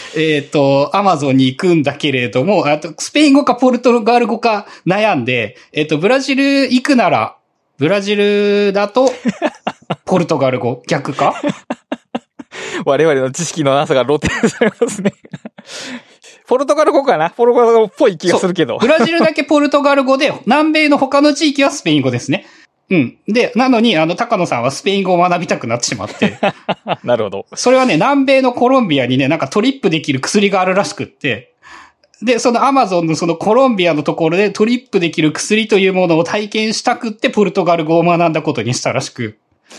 S1: えっと、アマゾンに行くんだけれども、あと、スペイン語かポルトガル語か悩んで、えっと、ブラジル行くなら、ブラジルだと、ポルトガル語、逆か
S2: 我々の知識のなさが露呈されますね。ポルトガル語かなポルトガル語っぽい気がするけど。
S1: ブラジルだけポルトガル語で、南米の他の地域はスペイン語ですね。うん。で、なのに、あの、高野さんはスペイン語を学びたくなってしまって。
S2: なるほど。
S1: それはね、南米のコロンビアにね、なんかトリップできる薬があるらしくって、で、そのアマゾンのそのコロンビアのところでトリップできる薬というものを体験したくって、ポルトガル語を学んだことにしたらしく。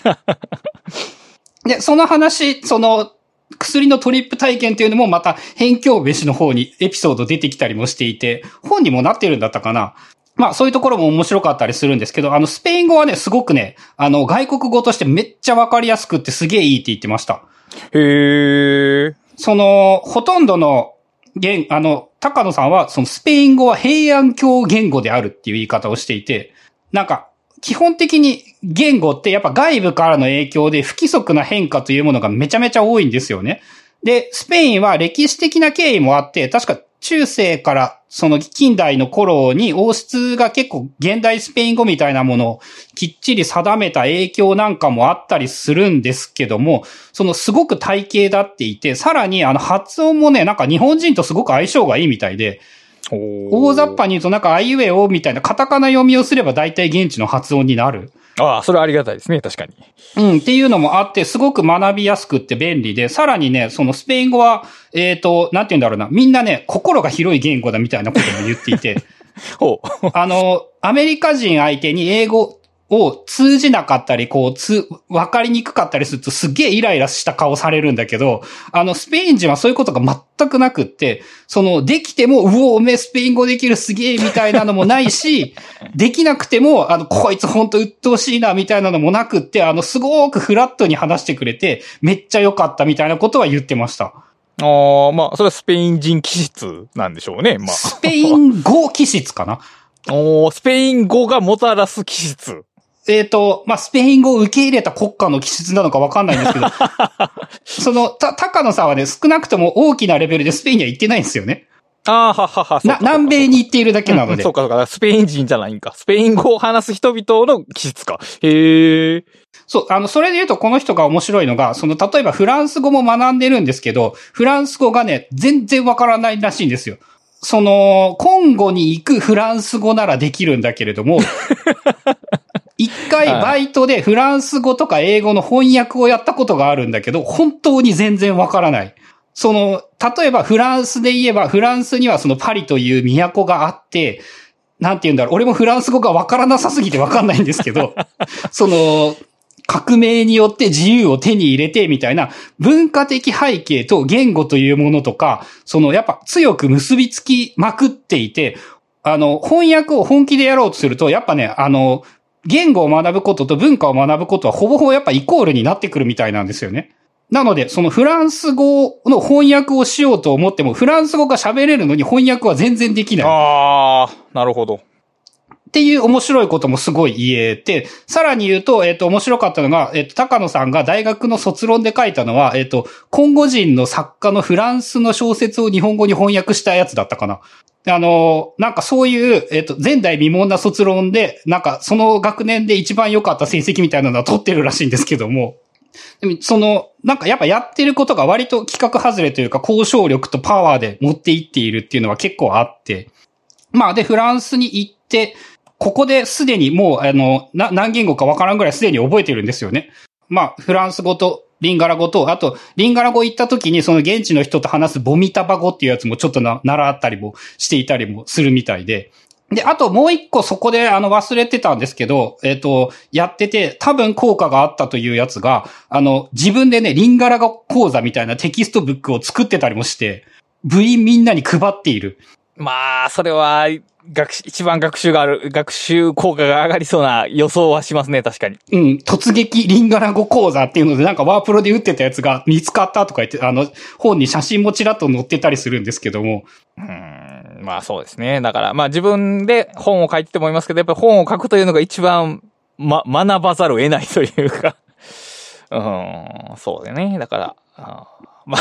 S1: で、その話、その、薬のトリップ体験っていうのもまた、辺境飯の方にエピソード出てきたりもしていて、本にもなってるんだったかな。まあそういうところも面白かったりするんですけど、あのスペイン語はね、すごくね、あの外国語としてめっちゃわかりやすくってすげえいいって言ってました。
S2: へー。
S1: その、ほとんどの言、あの、高野さんはそのスペイン語は平安京言語であるっていう言い方をしていて、なんか、基本的に言語ってやっぱ外部からの影響で不規則な変化というものがめちゃめちゃ多いんですよね。で、スペインは歴史的な経緯もあって、確か中世からその近代の頃に王室が結構現代スペイン語みたいなものをきっちり定めた影響なんかもあったりするんですけども、そのすごく体系だっていて、さらにあの発音もね、なんか日本人とすごく相性がいいみたいで、大雑把に言うとなんかあいうえおみたいなカタカナ読みをすれば大体現地の発音になる。
S2: ああ、それはありがたいですね、確かに。
S1: うん、っていうのもあって、すごく学びやすくって便利で、さらにね、そのスペイン語は、えっと、なんて言うんだろうな、みんなね、心が広い言語だみたいなことも言っていて、
S2: ほう。
S1: あの、アメリカ人相手に英語を通じなかったり、こう、つ、わかりにくかったりするとすっげえイライラした顔されるんだけど、あの、スペイン人はそういうことが全くなくって、その、できても、うお、おめえスペイン語できるすげえみたいなのもないし、できなくても、あの、こいつほんと鬱陶しいなみたいなのもなくって、あの、すごくフラットに話してくれて、めっちゃ良かったみたいなことは言ってました。
S2: ああ、まあ、それはスペイン人気質なんでしょうね、まあ。
S1: スペイン語気質かな
S2: おー、スペイン語がもたらす気質。
S1: えっと、まあ、スペイン語を受け入れた国家の気質なのかわかんないんですけど、その、た、高野さんはね、少なくとも大きなレベルでスペインには行ってないんですよね。
S2: ああ、ははは。
S1: な、南米に行っているだけなので。
S2: うん、そうかそうか。スペイン人じゃないんか。スペイン語を話す人々の気質か。へえ。
S1: そう、あの、それで言うとこの人が面白いのが、その、例えばフランス語も学んでるんですけど、フランス語がね、全然わからないらしいんですよ。その、コンゴに行くフランス語ならできるんだけれども、一回バイトでフランス語とか英語の翻訳をやったことがあるんだけど、本当に全然わからない。その、例えばフランスで言えば、フランスにはそのパリという都があって、なんて言うんだろう、俺もフランス語がわからなさすぎてわかんないんですけど、その、革命によって自由を手に入れてみたいな文化的背景と言語というものとか、そのやっぱ強く結びつきまくっていて、あの、翻訳を本気でやろうとすると、やっぱね、あの、言語を学ぶことと文化を学ぶことはほぼほぼやっぱイコールになってくるみたいなんですよね。なので、そのフランス語の翻訳をしようと思っても、フランス語が喋れるのに翻訳は全然できない。
S2: ああ、なるほど。
S1: っていう面白いこともすごい言えて、さらに言うと、えっと、面白かったのが、えっと、高野さんが大学の卒論で書いたのは、えっと、コンゴ人の作家のフランスの小説を日本語に翻訳したやつだったかな。あの、なんかそういう、えっと、前代未聞な卒論で、なんかその学年で一番良かった成績みたいなのは取ってるらしいんですけども、でもその、なんかやっぱやってることが割と企画外れというか、交渉力とパワーで持っていっているっていうのは結構あって、まあで、フランスに行って、ここですでにもう、あの、な、何言語かわからんぐらいすでに覚えてるんですよね。まあ、フランス語とリンガラ語と、あと、リンガラ語行った時にその現地の人と話すボミタバ語っていうやつもちょっとな、習ったりもしていたりもするみたいで。で、あともう一個そこであの忘れてたんですけど、えっと、やってて多分効果があったというやつが、あの、自分でね、リンガラ語講座みたいなテキストブックを作ってたりもして、部員みんなに配っている。
S2: まあ、それは、学習、一番学習がある、学習効果が上がりそうな予想はしますね、確かに。
S1: うん、突撃リンガラ語講座っていうので、なんかワープロで打ってたやつが見つかったとか言って、あの、本に写真もちらっと載ってたりするんですけども。
S2: うーん、まあそうですね。だから、まあ自分で本を書いててもいますけど、やっぱり本を書くというのが一番、ま、学ばざるを得ないというか。うん、そうだよね。だから、あまあ、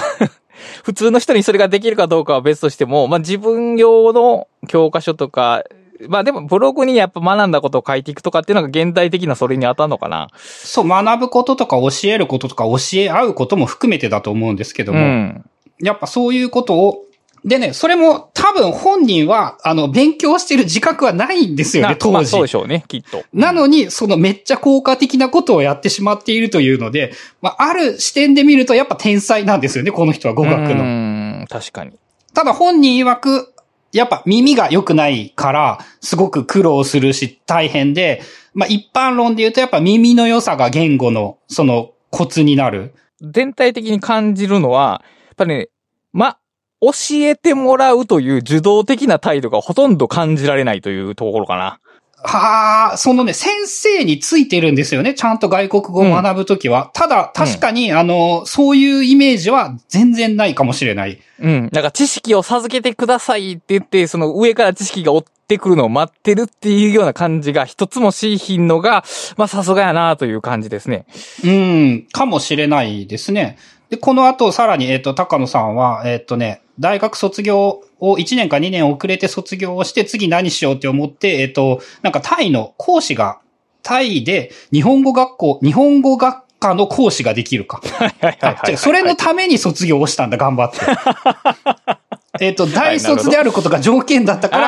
S2: 普通の人にそれができるかどうかは別としても、まあ自分用の教科書とか、まあでもブログにやっぱ学んだことを書いていくとかっていうのが現代的なそれに当たるのかな。
S1: そう、学ぶこととか教えることとか教え合うことも含めてだと思うんですけども、うん、やっぱそういうことを、でね、それも多分本人は、あの、勉強してる自覚はないんですよね、当時。
S2: まあ、そうでしょうね、きっと。
S1: なのに、そのめっちゃ効果的なことをやってしまっているというので、まあ、ある視点で見るとやっぱ天才なんですよね、この人は語学の。
S2: うーん、確かに。
S1: ただ本人曰く、やっぱ耳が良くないから、すごく苦労するし大変で、まあ一般論で言うとやっぱ耳の良さが言語のそのコツになる。
S2: 全体的に感じるのは、やっぱね、ま、教えてもらうという受動的な態度がほとんど感じられないというところかな。
S1: はあ、そのね、先生についてるんですよね。ちゃんと外国語を学ぶときは。うん、ただ、確かに、うん、あの、そういうイメージは全然ないかもしれない。
S2: うん。なんか知識を授けてくださいって言って、その上から知識が追ってくるのを待ってるっていうような感じが一つもしいひんのが、まあさすがやなという感じですね。
S1: うん、かもしれないですね。で、この後、さらに、えっと、高野さんは、えっとね、大学卒業をいちねんかにねん遅れて卒業をして、次何しようって思って、えっと、なんかタイの講師が、タイで日本語学校、日本語学科の講師ができるか。それのために卒業をしたんだ、頑張って。えっと、大卒であることが条件だったから、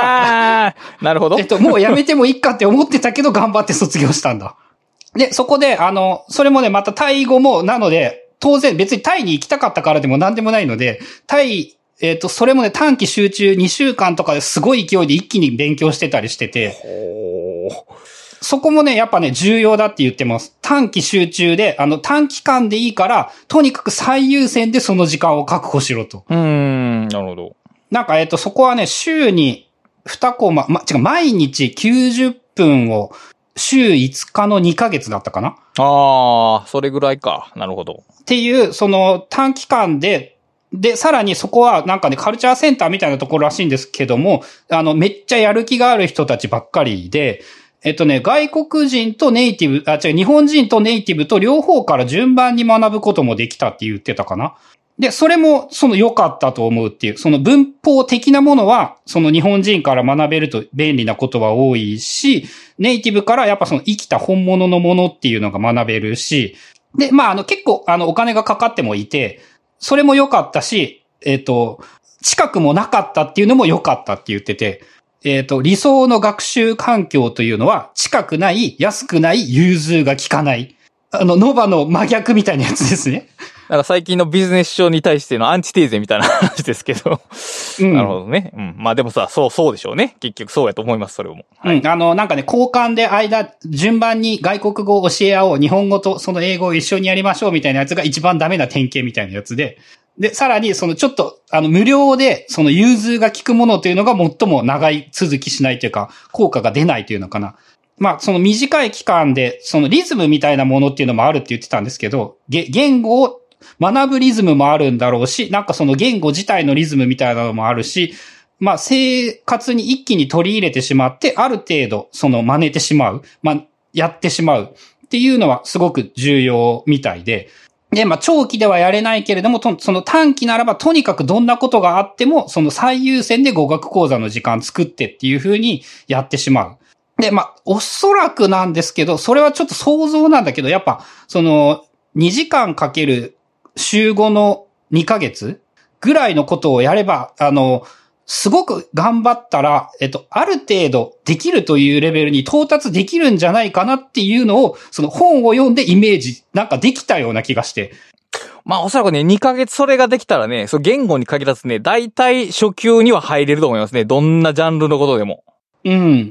S2: ああ、なるほど。
S1: えっと、もうやめてもいいかって思ってたけど、頑張って卒業したんだ。で、そこで、あの、それもね、またタイ語も、なので、当然別にタイに行きたかったからでも何でもないので、タイ、えっと、それもね、短期集中にしゅうかんとかですごい勢いで一気に勉強してたりしてて、そこもね、やっぱね、重要だって言ってます。短期集中で、あの、短期間でいいから、とにかく最優先でその時間を確保しろと。
S2: うーん、なるほど。
S1: なんか、えっと、そこはね、週ににコマ、ま、違う、毎日きゅうじゅっぷんを、週いつかのにかげつだったかな？
S2: ああ、それぐらいか。なるほど。
S1: っていう、その短期間で、で、さらにそこはなんかね、カルチャーセンターみたいなところらしいんですけども、あの、めっちゃやる気がある人たちばっかりで、えっとね、外国人とネイティブ、あ、違う、日本人とネイティブと両方から順番に学ぶこともできたって言ってたかな。で、それもその良かったと思うっていう、その文法的なものは、その日本人から学べると便利なことは多いし、ネイティブからやっぱその生きた本物のものっていうのが学べるし、で、まあ、あの結構あのお金がかかってもいて、それも良かったし、えっと、近くもなかったっていうのも良かったって言ってて、えっと、理想の学習環境というのは近くない、安くない、融通が効かない。あの、ノバの真逆みたいなやつですね。
S2: なんか最近のビジネス書に対してのアンチテーゼみたいな話ですけど。うん、なるほどね。うん。まあでもさ、そう、そうでしょうね。結局そうやと思います、それも。
S1: はい、うん。あの、なんかね、交換で間、順番に外国語を教え合おう、日本語とその英語を一緒にやりましょうみたいなやつが一番ダメな典型みたいなやつで。で、さらに、そのちょっと、あの、無料で、その融通が効くものというのが最も長い続きしないというか、効果が出ないというのかな。まあ、その短い期間で、そのリズムみたいなものっていうのもあるって言ってたんですけど、言語を学ぶリズムもあるんだろうし、なんかその言語自体のリズムみたいなのもあるし、まあ生活に一気に取り入れてしまって、ある程度その真似てしまう、まあやってしまうっていうのはすごく重要みたいで、で、まあ長期ではやれないけれども、その短期ならばとにかくどんなことがあっても、その最優先で語学講座の時間作ってっていう風にやってしまう。で、まあおそらくなんですけど、それはちょっと想像なんだけど、やっぱそのにじかんかける週ごのにかげつぐらいのことをやれば、あの、すごく頑張ったら、えっと、ある程度できるというレベルに到達できるんじゃないかなっていうのを、その本を読んでイメージ、なんかできたような気がして。
S2: まあおそらくね、にかげつそれができたらね、そう言語に限らずね、大体初級には入れると思いますね。どんなジャンルのことでも。
S1: うん。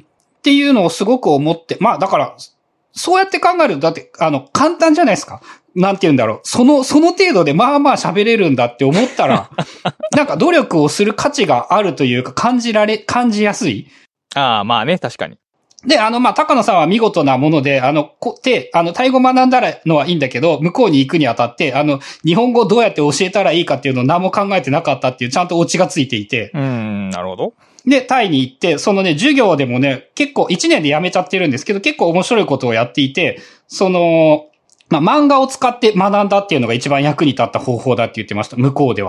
S1: っていうのをすごく思って、まあだから、そうやって考えると、だって、あの、簡単じゃないですか。なんて言うんだろう。その、その程度でまあまあ喋れるんだって思ったら、なんか努力をする価値があるというか感じられ、感じやすい。
S2: ああ、まあね、確かに。
S1: で、あの、まあ、高野さんは見事なもので、あの、こ、て、あの、タイ語学んだのはいいんだけど、向こうに行くにあたって、あの、日本語をどうやって教えたらいいかっていうのを何も考えてなかったっていう、ちゃんとオチがついていて。
S2: うーん、なるほど。
S1: で、タイに行って、そのね、授業でもね、結構いちねんで辞めちゃってるんですけど、結構面白いことをやっていて、その、まあ、漫画を使って学んだっていうのが一番役に立った方法だって言ってました。向こうでは。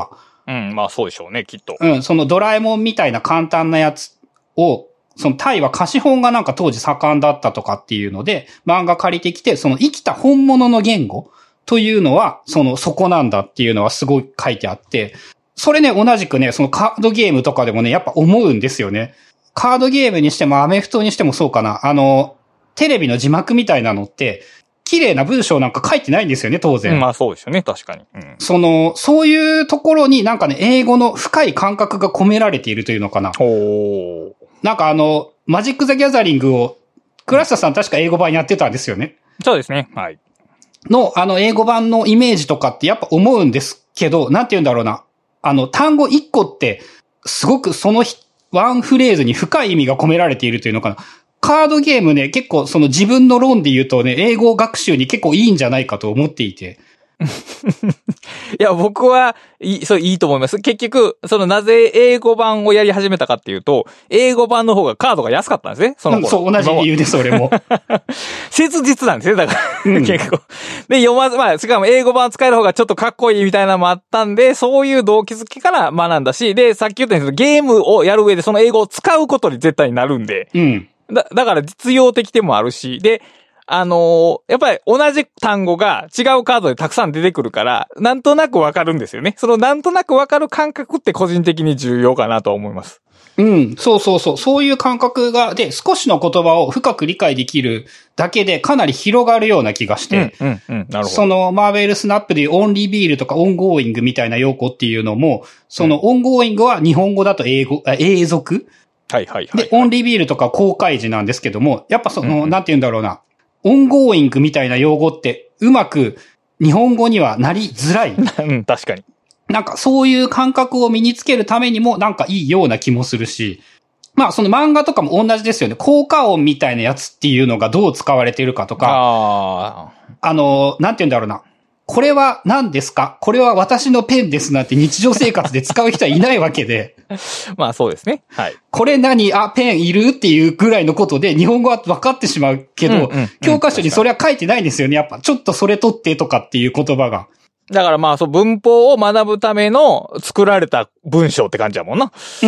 S2: うん、まあそうでしょうね、きっと。
S1: うん、そのドラえもんみたいな簡単なやつを、そのタイは貸本がなんか当時盛んだったとかっていうので、漫画借りてきて、その生きた本物の言語というのは、そのそこなんだっていうのはすごい書いてあって、それね、同じくね、そのカードゲームとかでもね、やっぱ思うんですよね。カードゲームにしてもアメフトにしてもそうかな。あの、テレビの字幕みたいなのって、綺麗な文章なんか書いてないんですよね、当然。
S2: うん、まあそうですよね、確かに。うん、
S1: その、そういうところになんかね、英語の深い感覚が込められているというのかな。
S2: おー。
S1: なんかあの、マジック・ザ・ギャザリングを、倉下さん確か英語版やってたんですよね。
S2: そうですね、はい。
S1: の、あの、英語版のイメージとかってやっぱ思うんですけど、なんて言うんだろうな。あの、単語一個って、すごくそのワンフレーズに深い意味が込められているというのかな。カードゲームね、結構その自分の論で言うとね、英語学習に結構いいんじゃないかと思っていて。
S2: いや、僕は、いい、そう、いいと思います。結局、その、なぜ英語版をやり始めたかっていうと、英語版の方がカードが安かったんですね。その頃。
S1: うん、そう、同じ理由です、俺も。
S2: 切実なんですね、だから、
S1: うん、
S2: 結構。で、読まず、まあ、しかも英語版使える方がちょっとかっこいいみたいなのもあったんで、そういう動機づけから学んだし、で、さっき言ったようにゲームをやる上でその英語を使うことに絶対になるんで、
S1: うん。
S2: だ、だから実用的でもあるし、で、あのー、やっぱり同じ単語が違うカードでたくさん出てくるから、なんとなくわかるんですよね。そのなんとなくわかる感覚って個人的に重要かなと思います。
S1: うん、そうそうそう。そういう感覚が、で、少しの言葉を深く理解できるだけでかなり広がるような気がして、
S2: うん、うん、うん、なるほど。
S1: その、マーベルスナップでいうオンリービールとかオンゴーイングみたいな用語っていうのも、そのオンゴーイングは日本語だと英語、永続。
S2: はいはいはい。
S1: で、オンリービールとか公開時なんですけども、やっぱその、
S2: うんうん、
S1: なんて言うんだろうな。オンゴーイングみたいな用語ってうまく日本語にはなりづらい。
S2: うん、確かに。
S1: なんかそういう感覚を身につけるためにもなんかいいような気もするし、まあその漫画とかも同じですよね。効果音みたいなやつっていうのがどう使われているかとか、
S2: あ,
S1: あの、なんて言うんだろうな。これは何ですか？これは私のペンですなんて日常生活で使う人はいないわけで。
S2: まあそうですね。はい。
S1: これ何？あ、ペンいるっていうぐらいのことで日本語は分かってしまうけど、うんうんうん、教科書にそれは書いてないんですよね。やっぱちょっとそれ取ってとかっていう言葉が。
S2: だからまあそう文法を学ぶための作られた文章って感じだもんな。
S1: うん。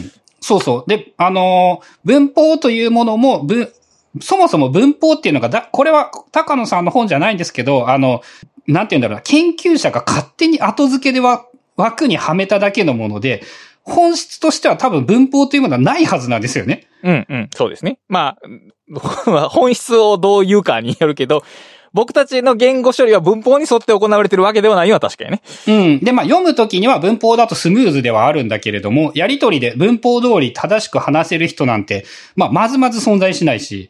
S1: そうそう。で、あのー、文法というものも、文、そもそも文法っていうのがだ、これは高野さんの本じゃないんですけど、あの、なんて言うんだろうな、研究者が勝手に後付けでは枠にはめただけのもので、本質としては多分文法というものはないはずなんですよね。
S2: うんうん、そうですね。まあ、本質をどう言うかによるけど、僕たちの言語処理は文法に沿って行われているわけではないのは確かにね。
S1: うん。で、まあ読むときには文法だとスムーズではあるんだけれども、やりとりで文法通り正しく話せる人なんて、まあまずまず存在しないし。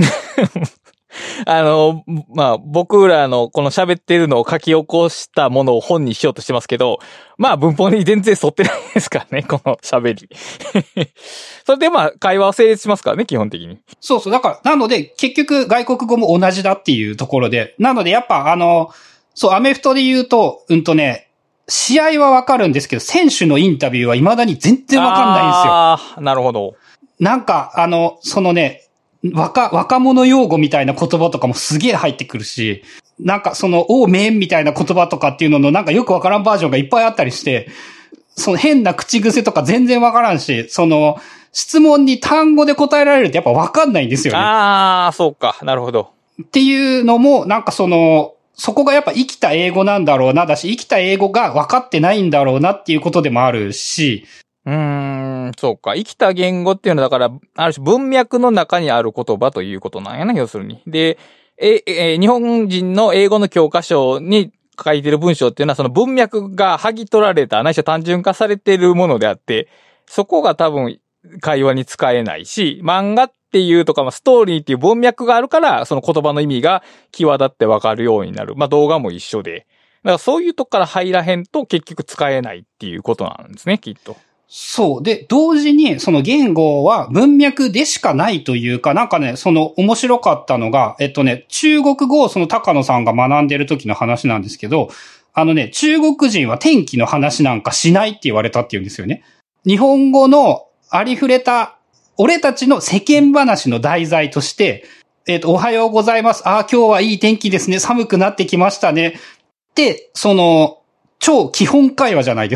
S2: あの、まあ、僕らのこの喋ってるのを書き起こしたものを本にしようとしてますけど、まあ文法に全然沿ってないですからね、この喋り。それでまあ会話は成立しますからね、基本的に。
S1: そうそう。だから、なので結局外国語も同じだっていうところで、なのでやっぱあの、そう、アメフトで言うと、うんとね、試合はわかるんですけど、選手のインタビューは未だに全然わかんないんですよ。
S2: ああ、なるほど。
S1: なんか、あの、そのね、若、若者用語みたいな言葉とかもすげえ入ってくるし、なんかその、おうめんみたいな言葉とかっていうののなんかよくわからんバージョンがいっぱいあったりして、その変な口癖とか全然わからんし、その、質問に単語で答えられるってやっぱわかんないんですよね。
S2: ああ、そうか。なるほど。
S1: っていうのも、なんかその、そこがやっぱ生きた英語なんだろうな、だし、生きた英語が分かってないんだろうなっていうことでもあるし。
S2: うーん、そうか。生きた言語っていうのはだから、ある種文脈の中にある言葉ということなんやな、要するに。で、え、え、日本人の英語の教科書に書いてる文章っていうのはその文脈が剥ぎ取られた、ないしは単純化されているものであって、そこが多分会話に使えないし、漫画っていうとか、ストーリーっていう文脈があるから、その言葉の意味が際立ってわかるようになる。まあ動画も一緒で。だからそういうとこから入らへんと結局使えないっていうことなんですね、きっと。
S1: そう。で、同時に、その言語は文脈でしかないというか、なんかね、その面白かったのが、えっとね、中国語をその高野さんが学んでる時の話なんですけど、あのね、中国人は天気の話なんかしないって言われたっていうんですよね。日本語のありふれた、俺たちの世間話の題材として、えっと、おはようございます。ああ、今日はいい天気ですね。寒くなってきましたね。って、その、超基本会話じゃないですか。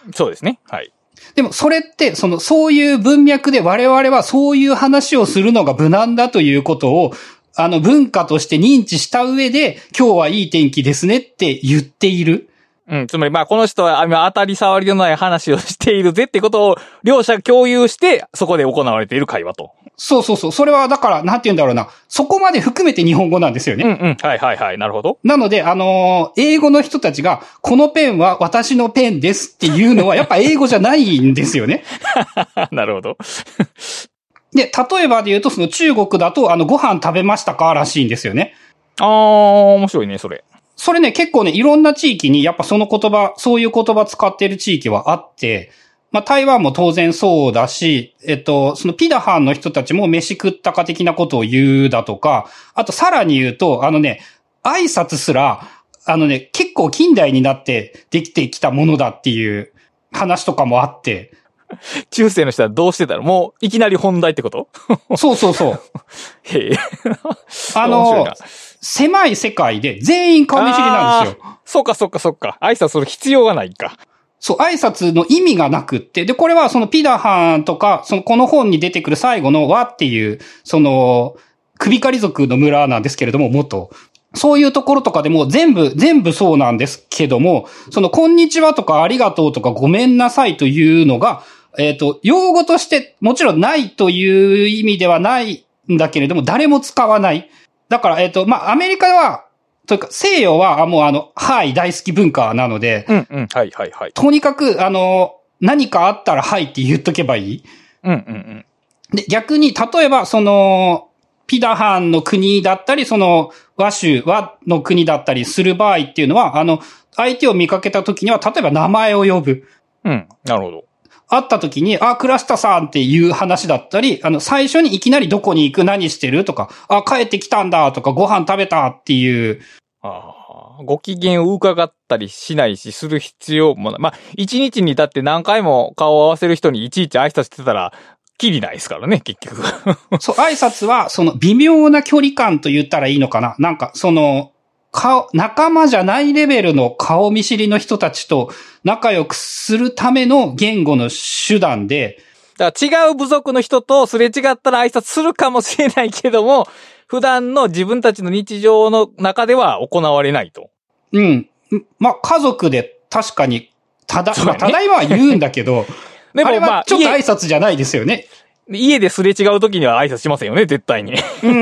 S2: そうですね。はい。
S1: でもそれって、その、そういう文脈で我々はそういう話をするのが無難だということを、あの文化として認知した上で、今日はいい天気ですねって言っている。
S2: うん、つまりまあこの人は今当たり障りのない話をしているぜってことを両者共有してそこで行われている会話と。
S1: そうそうそう。それはだから、なんて言うんだろうな。そこまで含めて日本語なんですよね。
S2: うんうん。はいはいはい。なるほど。
S1: なので、あのー、英語の人たちが、このペンは私のペンですっていうのはやっぱ英語じゃないんですよね。
S2: なるほど。
S1: で、例えばで言うと、その中国だと、あの、ご飯食べましたからしいんですよね。
S2: あー、面白いね、それ。
S1: それね、結構ね、いろんな地域にやっぱその言葉、そういう言葉使ってる地域はあって、まあ台湾も当然そうだし、えっと、そのピダハンの人たちも飯食ったか的なことを言うだとか、あとさらに言うと、あのね、挨拶すら、あのね、結構近代になってできてきたものだっていう話とかもあって。
S2: 中世の人はどうしてたの？もういきなり本題ってこと？
S1: そうそうそう。
S2: へえ。
S1: あの、狭い世界で全員顔見知りなんですよ。
S2: そっかそっかそっか。挨拶する必要がないか。
S1: そう、挨拶の意味がなくって。で、これはそのピダハンとか、そのこの本に出てくる最後の和っていう、その、首狩り族の村なんですけれども、元。そういうところとかでも全部、全部そうなんですけども、その、こんにちはとかありがとうとかごめんなさいというのが、えっと、用語としてもちろんないという意味ではないんだけれども、誰も使わない。だから、えっと、まあ、アメリカは、というか、西洋は、もうあの、はい大好き文化なので、
S2: うんうん、はいはいはい。
S1: とにかく、あの、何かあったらはいって言っとけばいい。
S2: うんうんうん。
S1: で、逆に、例えば、その、ピダハンの国だったり、その、和州、和の国だったりする場合っていうのは、あの、相手を見かけた時には、例えば名前を呼ぶ。
S2: うん、なるほど。
S1: 会った時に、あ、クラスタさんっていう話だったり、あの、最初にいきなりどこに行く、何してるとか、あ、帰ってきたんだとか、ご飯食べたっていう。
S2: ああ、ご機嫌を伺ったりしないし、する必要もない。まあ、一日にだって何回も顔を合わせる人にいちいち挨拶してたら、きりないですからね、結局。
S1: そう、挨拶は、その微妙な距離感と言ったらいいのかな。なんか、その、顔、仲間じゃないレベルの顔見知りの人たちと仲良くするための言語の手段で。
S2: だから違う部族の人とすれ違ったら挨拶するかもしれないけども、普段の自分たちの日常の中では行われないと。
S1: うん。まあ、家族で確かに、ただ、ね、まあ、ただいまは言うんだけど、でもまあ、ちょっと挨拶じゃないですよね。
S2: 家ですれ違う時には挨拶しませんよね、絶対に。
S1: うん。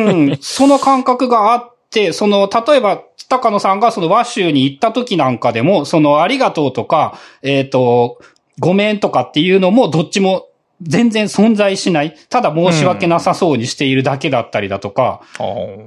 S1: その感覚があって、その、例えば、高野さんがその和州に行った時なんかでも、そのありがとうとか、えっと、ごめんとかっていうのもどっちも全然存在しない。ただ申し訳なさそうにしているだけだったりだとか。うん、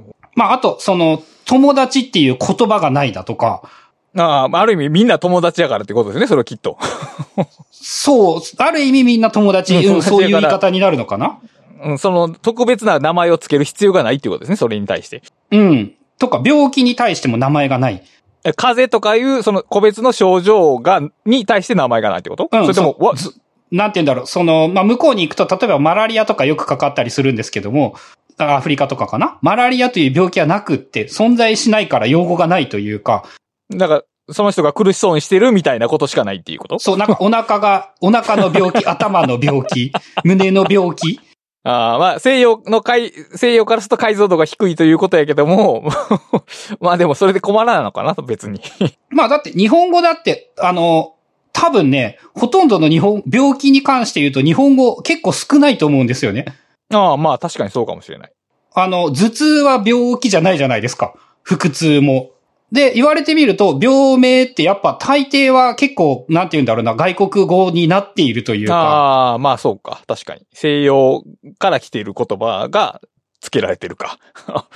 S1: まあ、あと、その、友達っていう言葉がないだとか。
S2: ああ、ある意味みんな友達やからってことですね、それはきっと。
S1: そう、ある意味みんな友達、うん、そういう言い方になるのかな。
S2: うん、その特別な名前をつける必要がないっていうことですね、それに対して。
S1: うん。とか、病気に対しても名前がない。
S2: 風邪とかいう、その個別の症状が、に対して名前がないってこと？うん。それとも、わ、
S1: なんて言うんだろう。その、まあ、向こうに行くと、例えばマラリアとかよくかかったりするんですけども、アフリカとかかな？マラリアという病気はなくって、存在しないから用語がないというか。
S2: だから、その人が苦しそうにしてるみたいなことしかないっていうこと？
S1: そう、なんかお腹が、お腹の病気、頭の病気、胸の病気。
S2: ああ、まあ、西洋の解、西洋からすると解像度が低いということやけども、まあでもそれで困らないのかなと、別に。ま
S1: あだって日本語だって、あの、多分ね、ほとんどの日本、病気に関して言うと日本語結構少ないと思うんですよね。
S2: ああ、まあ確かにそうかもしれない。
S1: あの、頭痛は病気じゃないじゃないですか。腹痛も。で、言われてみると、病名ってやっぱ大抵は結構、なんて言うんだろうな、外国語になっているというか。
S2: ああ、まあそうか。確かに。西洋から来ている言葉が付けられてるか。
S1: うん。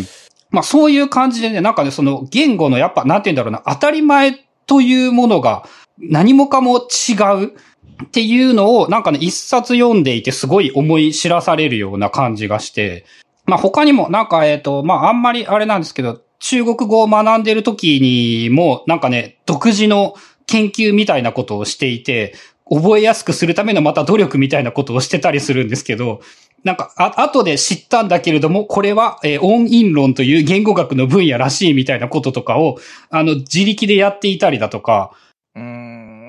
S1: まあそういう感じでね、なんかね、その言語のやっぱ、なんて言うんだろうな、当たり前というものが何もかも違うっていうのを、なんかね、一冊読んでいてすごい思い知らされるような感じがして。まあ他にも、なんかえっと、まああんまりあれなんですけど、中国語を学んでる時にも、なんかね、独自の研究みたいなことをしていて、覚えやすくするためのまた努力みたいなことをしてたりするんですけど、なんか、あ、後で知ったんだけれども、これは、えー、音韻論という言語学の分野らしいみたいなこととかを、あの、自力でやっていたりだとか。
S2: うーん。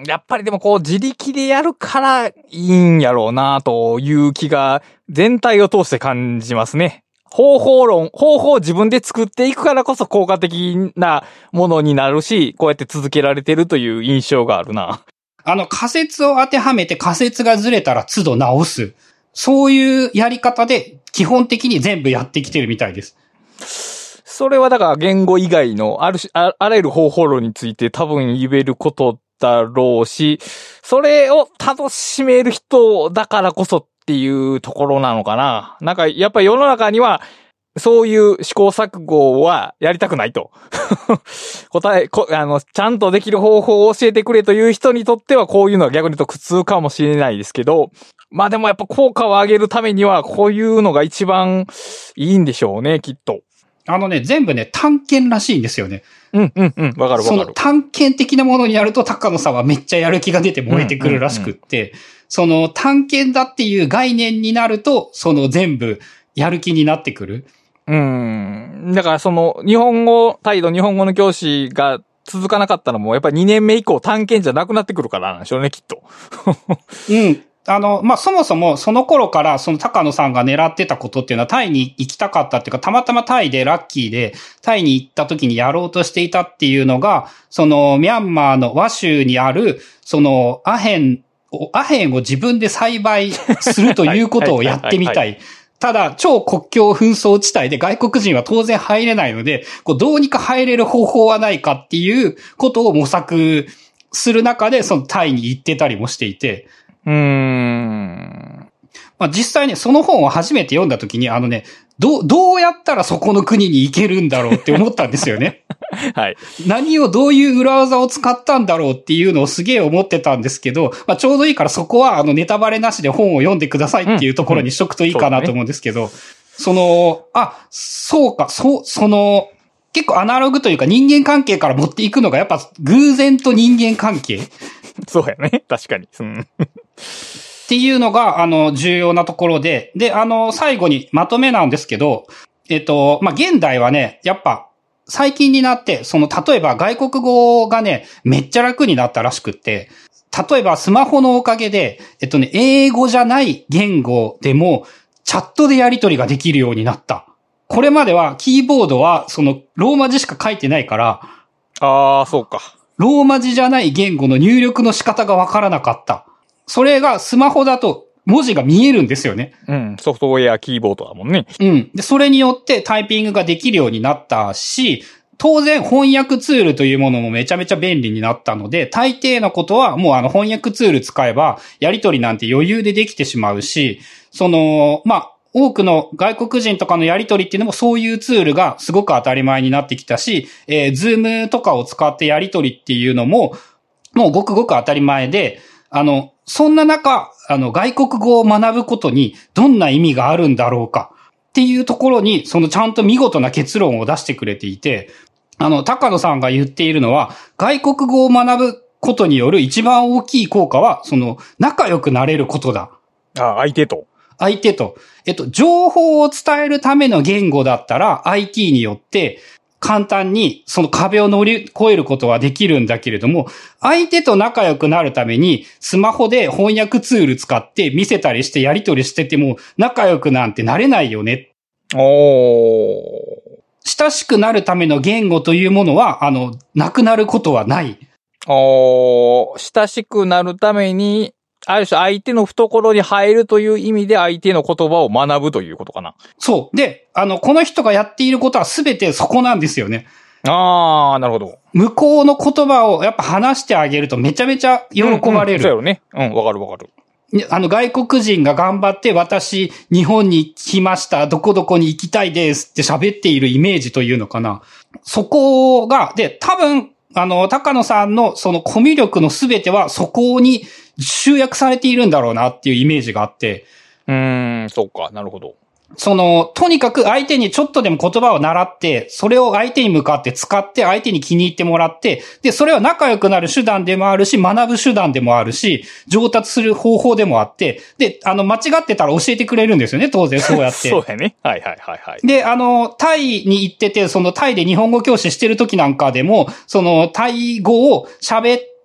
S2: やっぱりでもこう自力でやるからいいんやろうなという気が全体を通して感じますね。方法論、方法を自分で作っていくからこそ効果的なものになるし、こうやって続けられてるという印象があるな。
S1: あの仮説を当てはめて仮説がずれたら都度直す。そういうやり方で基本的に全部やってきてるみたいです。
S2: それはだから言語以外のあるし、あ、あらゆる方法論について多分言えることだろうし、それを楽しめる人だからこそっていうところなのかな。なんかやっぱり世の中にはそういう試行錯誤はやりたくないと。答えこ、あの、ちゃんとできる方法を教えてくれという人にとってはこういうのは逆に言うと苦痛かもしれないですけど、まあでもやっぱ効果を上げるためにはこういうのが一番いいんでしょうね、きっと。
S1: あのね、全部ね、探検らしいんですよね。
S2: うんうんうん、わかるわかる。
S1: その探検的なものになると高野さんはめっちゃやる気が出て燃えてくるらしくって、うんうんうん、その探検だっていう概念になると、その全部やる気になってくる。
S2: うん。だからその日本語、態度日本語の教師が続かなかったのもやっぱりにねんめ以降探検じゃなくなってくるからなんでしょうね、きっと。
S1: うん。あの、まあ、そもそもその頃からその高野さんが狙ってたことっていうのはタイに行きたかったっていうか、たまたまタイでラッキーでタイに行った時にやろうとしていたっていうのが、そのミャンマーの和州にあるそのアヘンを、アヘンを自分で栽培するということをやってみたい。ただ、超国境紛争地帯で外国人は当然入れないので、こうどうにか入れる方法はないかっていうことを模索する中で、そのタイに行ってたりもしていて、
S2: うーん。
S1: まあ、実際ね、その本を初めて読んだ時に、あのね、どう、どうやったらそこの国に行けるんだろうって思ったんですよね。
S2: はい。
S1: 何をどういう裏技を使ったんだろうっていうのをすげえ思ってたんですけど、まあ、ちょうどいいからそこはあのネタバレなしで本を読んでくださいっていうところにしとくといいかなと思うんですけど、うんうん、その、あ、そうか、そう、その、結構アナログというか人間関係から持っていくのがやっぱ偶然と人間関係
S2: そうやね。確かに。うん、
S1: っていうのが、あの、重要なところで、で、あの、最後にまとめなんですけど、えっと、まあ、現代はね、やっぱ、最近になって、その、例えば外国語がね、めっちゃ楽になったらしくって、例えばスマホのおかげで、えっとね、英語じゃない言語でも、チャットでやり取りができるようになった。これまではキーボードは、その、ローマ字しか書いてないから、
S2: ああ、そうか。
S1: ローマ字じゃない言語の入力の仕方がわからなかった。それがスマホだと文字が見えるんですよね。
S2: うん。ソフトウェアキーボードだもんね。
S1: うん。で、それによってタイピングができるようになったし、当然翻訳ツールというものもめちゃめちゃ便利になったので、大抵のことはもうあの翻訳ツール使えばやり取りなんて余裕でできてしまうし、その、まあ、多くの外国人とかのやり取りっていうのもそういうツールがすごく当たり前になってきたし、えー、ズームとかを使ってやり取りっていうのも、もうごくごく当たり前で、あの、そんな中、あの、外国語を学ぶことにどんな意味があるんだろうかっていうところに、そのちゃんと見事な結論を出してくれていて、あの、高野さんが言っているのは、外国語を学ぶことによる一番大きい効果は、その、仲良くなれることだ。
S2: あ、相手と。
S1: 相手と。えっと、情報を伝えるための言語だったら、アイティー によって、簡単にその壁を乗り越えることはできるんだけれども、相手と仲良くなるためにスマホで翻訳ツール使って見せたりしてやり取りしてても仲良くなんてなれないよね。
S2: おー。
S1: 親しくなるための言語というものは、あの、なくなることはない。
S2: おー、親しくなるために、ある種相手の懐に入るという意味で相手の言葉を学ぶということかな。
S1: そう。で、あの、この人がやっていることは全てそこなんですよね。
S2: あー、なるほど。
S1: 向こうの言葉をやっぱ話してあげるとめちゃめちゃ喜ばれる。
S2: うんうん、そうやろね。うん、わかるわかる。
S1: あの、外国人が頑張って私、日本に来ました、どこどこに行きたいですって喋っているイメージというのかな。そこが、で、多分、あの、高野さんのそのコミュ力のすべてはそこに集約されているんだろうなっていうイメージがあって。
S2: うーん、そうか、なるほど。
S1: その、とにかく相手にちょっとでも言葉を習って、それを相手に向かって使って相手に気に入ってもらって、で、それは仲良くなる手段でもあるし、学ぶ手段でもあるし、上達する方法でもあって、で、あの、間違ってたら教えてくれるんですよね、当然そうやって。
S2: そうやね。はいはいはいはい。
S1: で、あの、タイに行ってて、そのタイで日本語教師してる時なんかでも、その、タイ語を喋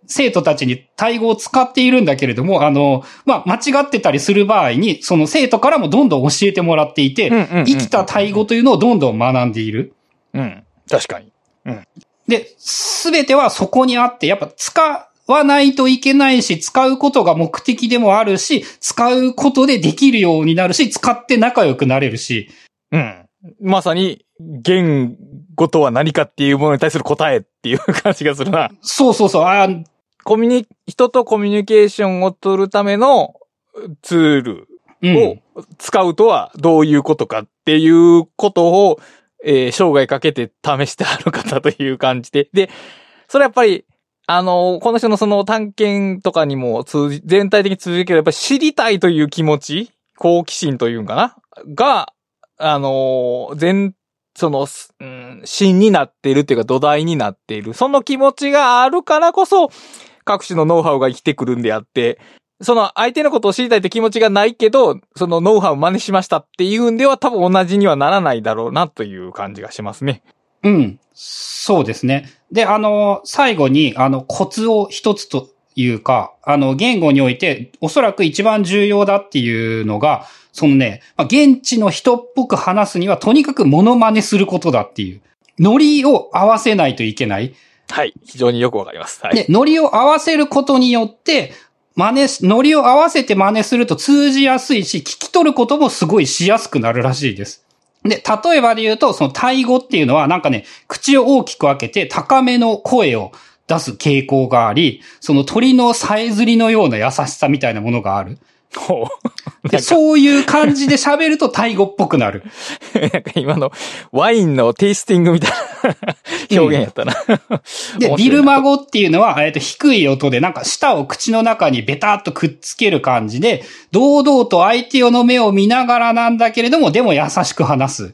S1: 生徒たちにタイ語を使っているんだけれども、あの、まあ、間違ってたりする場合に、その生徒からもどんどん教えてもらっていて、生きたタイ語というのをどんどん学んでいる。
S2: うん。確かに。うん。
S1: で、すべてはそこにあって、やっぱ使わないといけないし、使うことが目的でもあるし、使うことでできるようになるし、使って仲良くなれるし。
S2: うん。まさに、言語とは何かっていうものに対する答えっていう感じがするな。
S1: そうそうそう。あ
S2: コミュニ、人とコミュニケーションを取るためのツールを使うとはどういうことかっていうことを、えー、生涯かけて試してある方という感じで。で、それやっぱり、あの、この人のその探検とかにも通じ、全体的に通じるけど、やっぱり知りたいという気持ち、好奇心というんかなが、あの、全、その、うん、芯になっているっていうか土台になっている。その気持ちがあるからこそ、各種のノウハウが生きてくるんであって、その相手のことを知りたいって気持ちがないけど、そのノウハウを真似しましたっていうんでは多分同じにはならないだろうなという感じがしますね。
S1: うん。そうですね。で、あの、最後に、あの、コツを一つというか、あの、言語において、おそらく一番重要だっていうのが、そのね、現地の人っぽく話すには、とにかくモノマネすることだっていう。ノリを合わせないといけない。
S2: はい。非常によくわかります。はい。
S1: で、ノリを合わせることによって、真似し、ノリを合わせて真似すると通じやすいし、聞き取ることもすごいしやすくなるらしいです。で、例えばで言うと、そのタイ語っていうのはなんかね、口を大きく開けて高めの声を出す傾向があり、その鳥のさえずりのような優しさみたいなものがある。
S2: ほう。
S1: で、そういう感じで喋るとタイ語っぽくなる。
S2: なんか今のワインのテイスティングみたいな表現やったな。
S1: うん、で、ビルマ語っていうのは、えっと、低い音でなんか舌を口の中にベタっとくっつける感じで、堂々と相手の目を見ながらなんだけれども、でも優しく話す。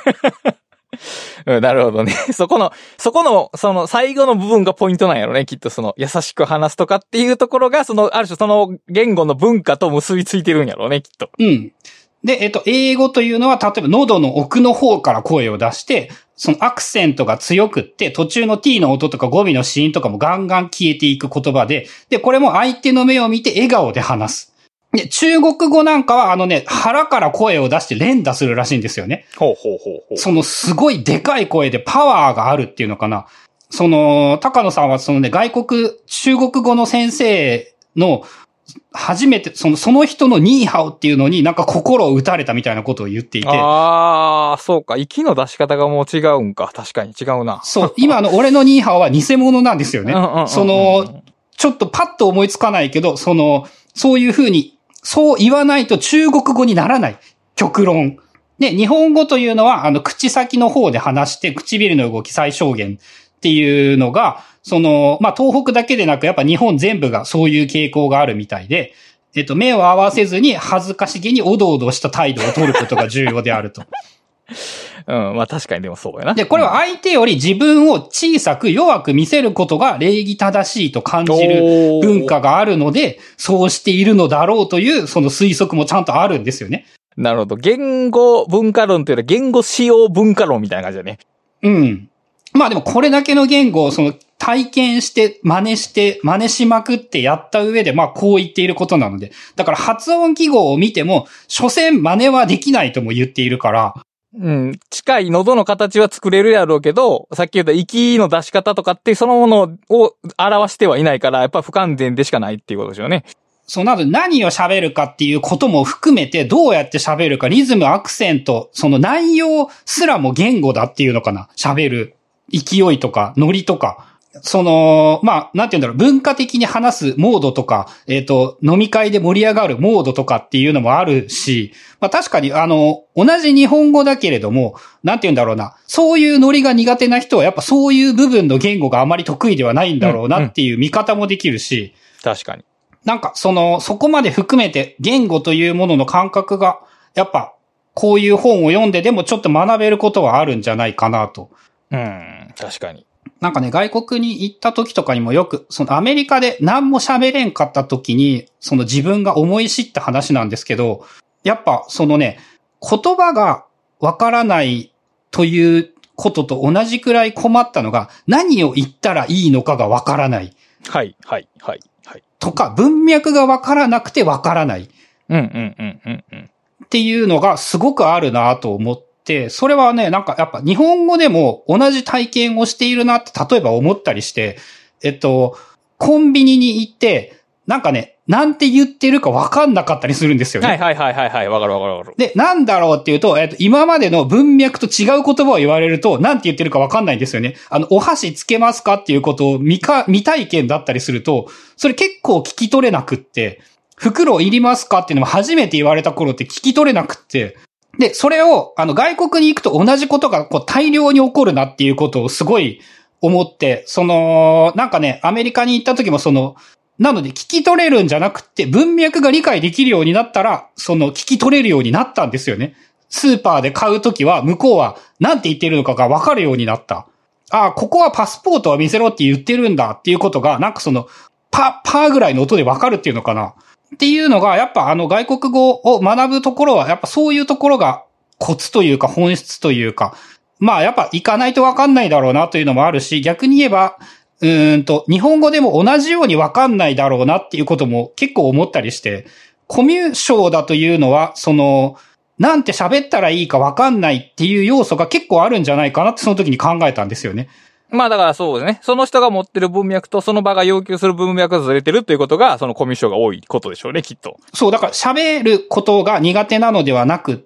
S2: うん、なるほどね。そこの、そこの、その最後の部分がポイントなんやろね。きっとその優しく話すとかっていうところが、その、ある種その言語の文化と結びついてるんやろね、きっと。
S1: うん。で、えっと、英語というのは、例えば喉の奥の方から声を出して、そのアクセントが強くって、途中の t の音とか語尾の子音とかもガンガン消えていく言葉で、で、これも相手の目を見て笑顔で話す。で、中国語なんかはあのね、腹から声を出して連打するらしいんですよね。
S2: ほうほうほうほう。
S1: そのすごいでかい声でパワーがあるっていうのかな。その、高野さんはそのね、外国、中国語の先生の、初めて、その、その人のニーハオっていうのになんか心を打たれたみたいなことを言っていて。
S2: ああ、そうか。息の出し方がもう違うんか。確かに違うな。
S1: そう。今の俺のニーハオは偽物なんですよね。その、ちょっとパッと思いつかないけど、その、そういうふうに、そう言わないと中国語にならない。極論。で、日本語というのは、あの、口先の方で話して、唇の動き最小限っていうのが、その、まあ、東北だけでなく、やっぱ日本全部がそういう傾向があるみたいで、えっと、目を合わせずに恥ずかしげにおどおどした態度を取ることが重要であると。
S2: うん、まあ確かにでもそうやな。
S1: で、これは相手より自分を小さく弱く見せることが礼儀正しいと感じる文化があるので、そうしているのだろうという、その推測もちゃんとあるんですよね。
S2: なるほど。言語文化論というのは言語使用文化論みたいな感じだね。
S1: うん。まあでもこれだけの言語をその体験して真似して真似しまくってやった上でまあこう言っていることなので。だから発音記号を見ても、所詮真似はできないとも言っているから。
S2: うん。近い喉の形は作れるやろうけど、さっき言った息の出し方とかってそのものを表してはいないから、やっぱ不完全でしかないっていうことですよね。
S1: そうなる何を喋るかっていうことも含めてどうやって喋るか、リズム、アクセント、その内容すらも言語だっていうのかな。喋る勢いとかノリとか。その、まあ、なんて言うんだろう、文化的に話すモードとか、えっと、飲み会で盛り上がるモードとかっていうのもあるし、まあ確かにあの、同じ日本語だけれども、なんて言うんだろうな、そういうノリが苦手な人はやっぱそういう部分の言語があまり得意ではないんだろうなっていう見方もできるし。
S2: うんうん、確かに。
S1: なんか、その、そこまで含めて言語というものの感覚が、やっぱ、こういう本を読んででもちょっと学べることはあるんじゃないかなと。
S2: うん、確かに。
S1: なんかね、外国に行った時とかにもよく、そのアメリカで何も喋れんかった時に、その自分が思い知った話なんですけど、やっぱそのね、言葉がわからないということと同じくらい困ったのが、何を言ったらいいのかがわからない。
S2: はい、はい、はい、はい。
S1: とか、文脈がわからなくてわからない。
S2: うん、うん、うん、うん、うん。
S1: っていうのがすごくあるなと思って、それはね、なんかやっぱ日本語でも同じ体験をしているなって例えば思ったりして、えっと、コンビニに行って、なんかね、なんて言ってるか分かんなかったりするんですよね。
S2: はいはいはいはいはい。わかるわかるわかる。
S1: で、なんだろうっていうと、えっと、今までの文脈と違う言葉を言われると、なんて言ってるか分かんないんですよね。あの、お箸つけますかっていうことを未か、未体験だったりすると、それ結構聞き取れなくって、袋いりますかっていうのも初めて言われた頃って聞き取れなくって、で、それを、あの、外国に行くと同じことがこう大量に起こるなっていうことをすごい思って、その、なんかね、アメリカに行った時もその、なので聞き取れるんじゃなくて文脈が理解できるようになったら、その聞き取れるようになったんですよね。スーパーで買うときは向こうは何て言ってるのかが分かるようになった。ああ、ここはパスポートは見せろって言ってるんだっていうことが、なんかその、パ、パーぐらいの音で分かるっていうのかな。っていうのが、やっぱあの外国語を学ぶところは、やっぱそういうところがコツというか本質というか、まあやっぱ行かないと分かんないだろうなというのもあるし、逆に言えば、うーんと、日本語でも同じように分かんないだろうなっていうことも結構思ったりして、コミュ障だというのは、その、なんて喋ったらいいか分かんないっていう要素が結構あるんじゃないかなってその時に考えたんですよね。
S2: まあだからそうですね。その人が持ってる文脈とその場が要求する文脈がずれてるということが、そのコミュ障が多いことでしょうね、きっと。
S1: そう、だから喋ることが苦手なのではなくって、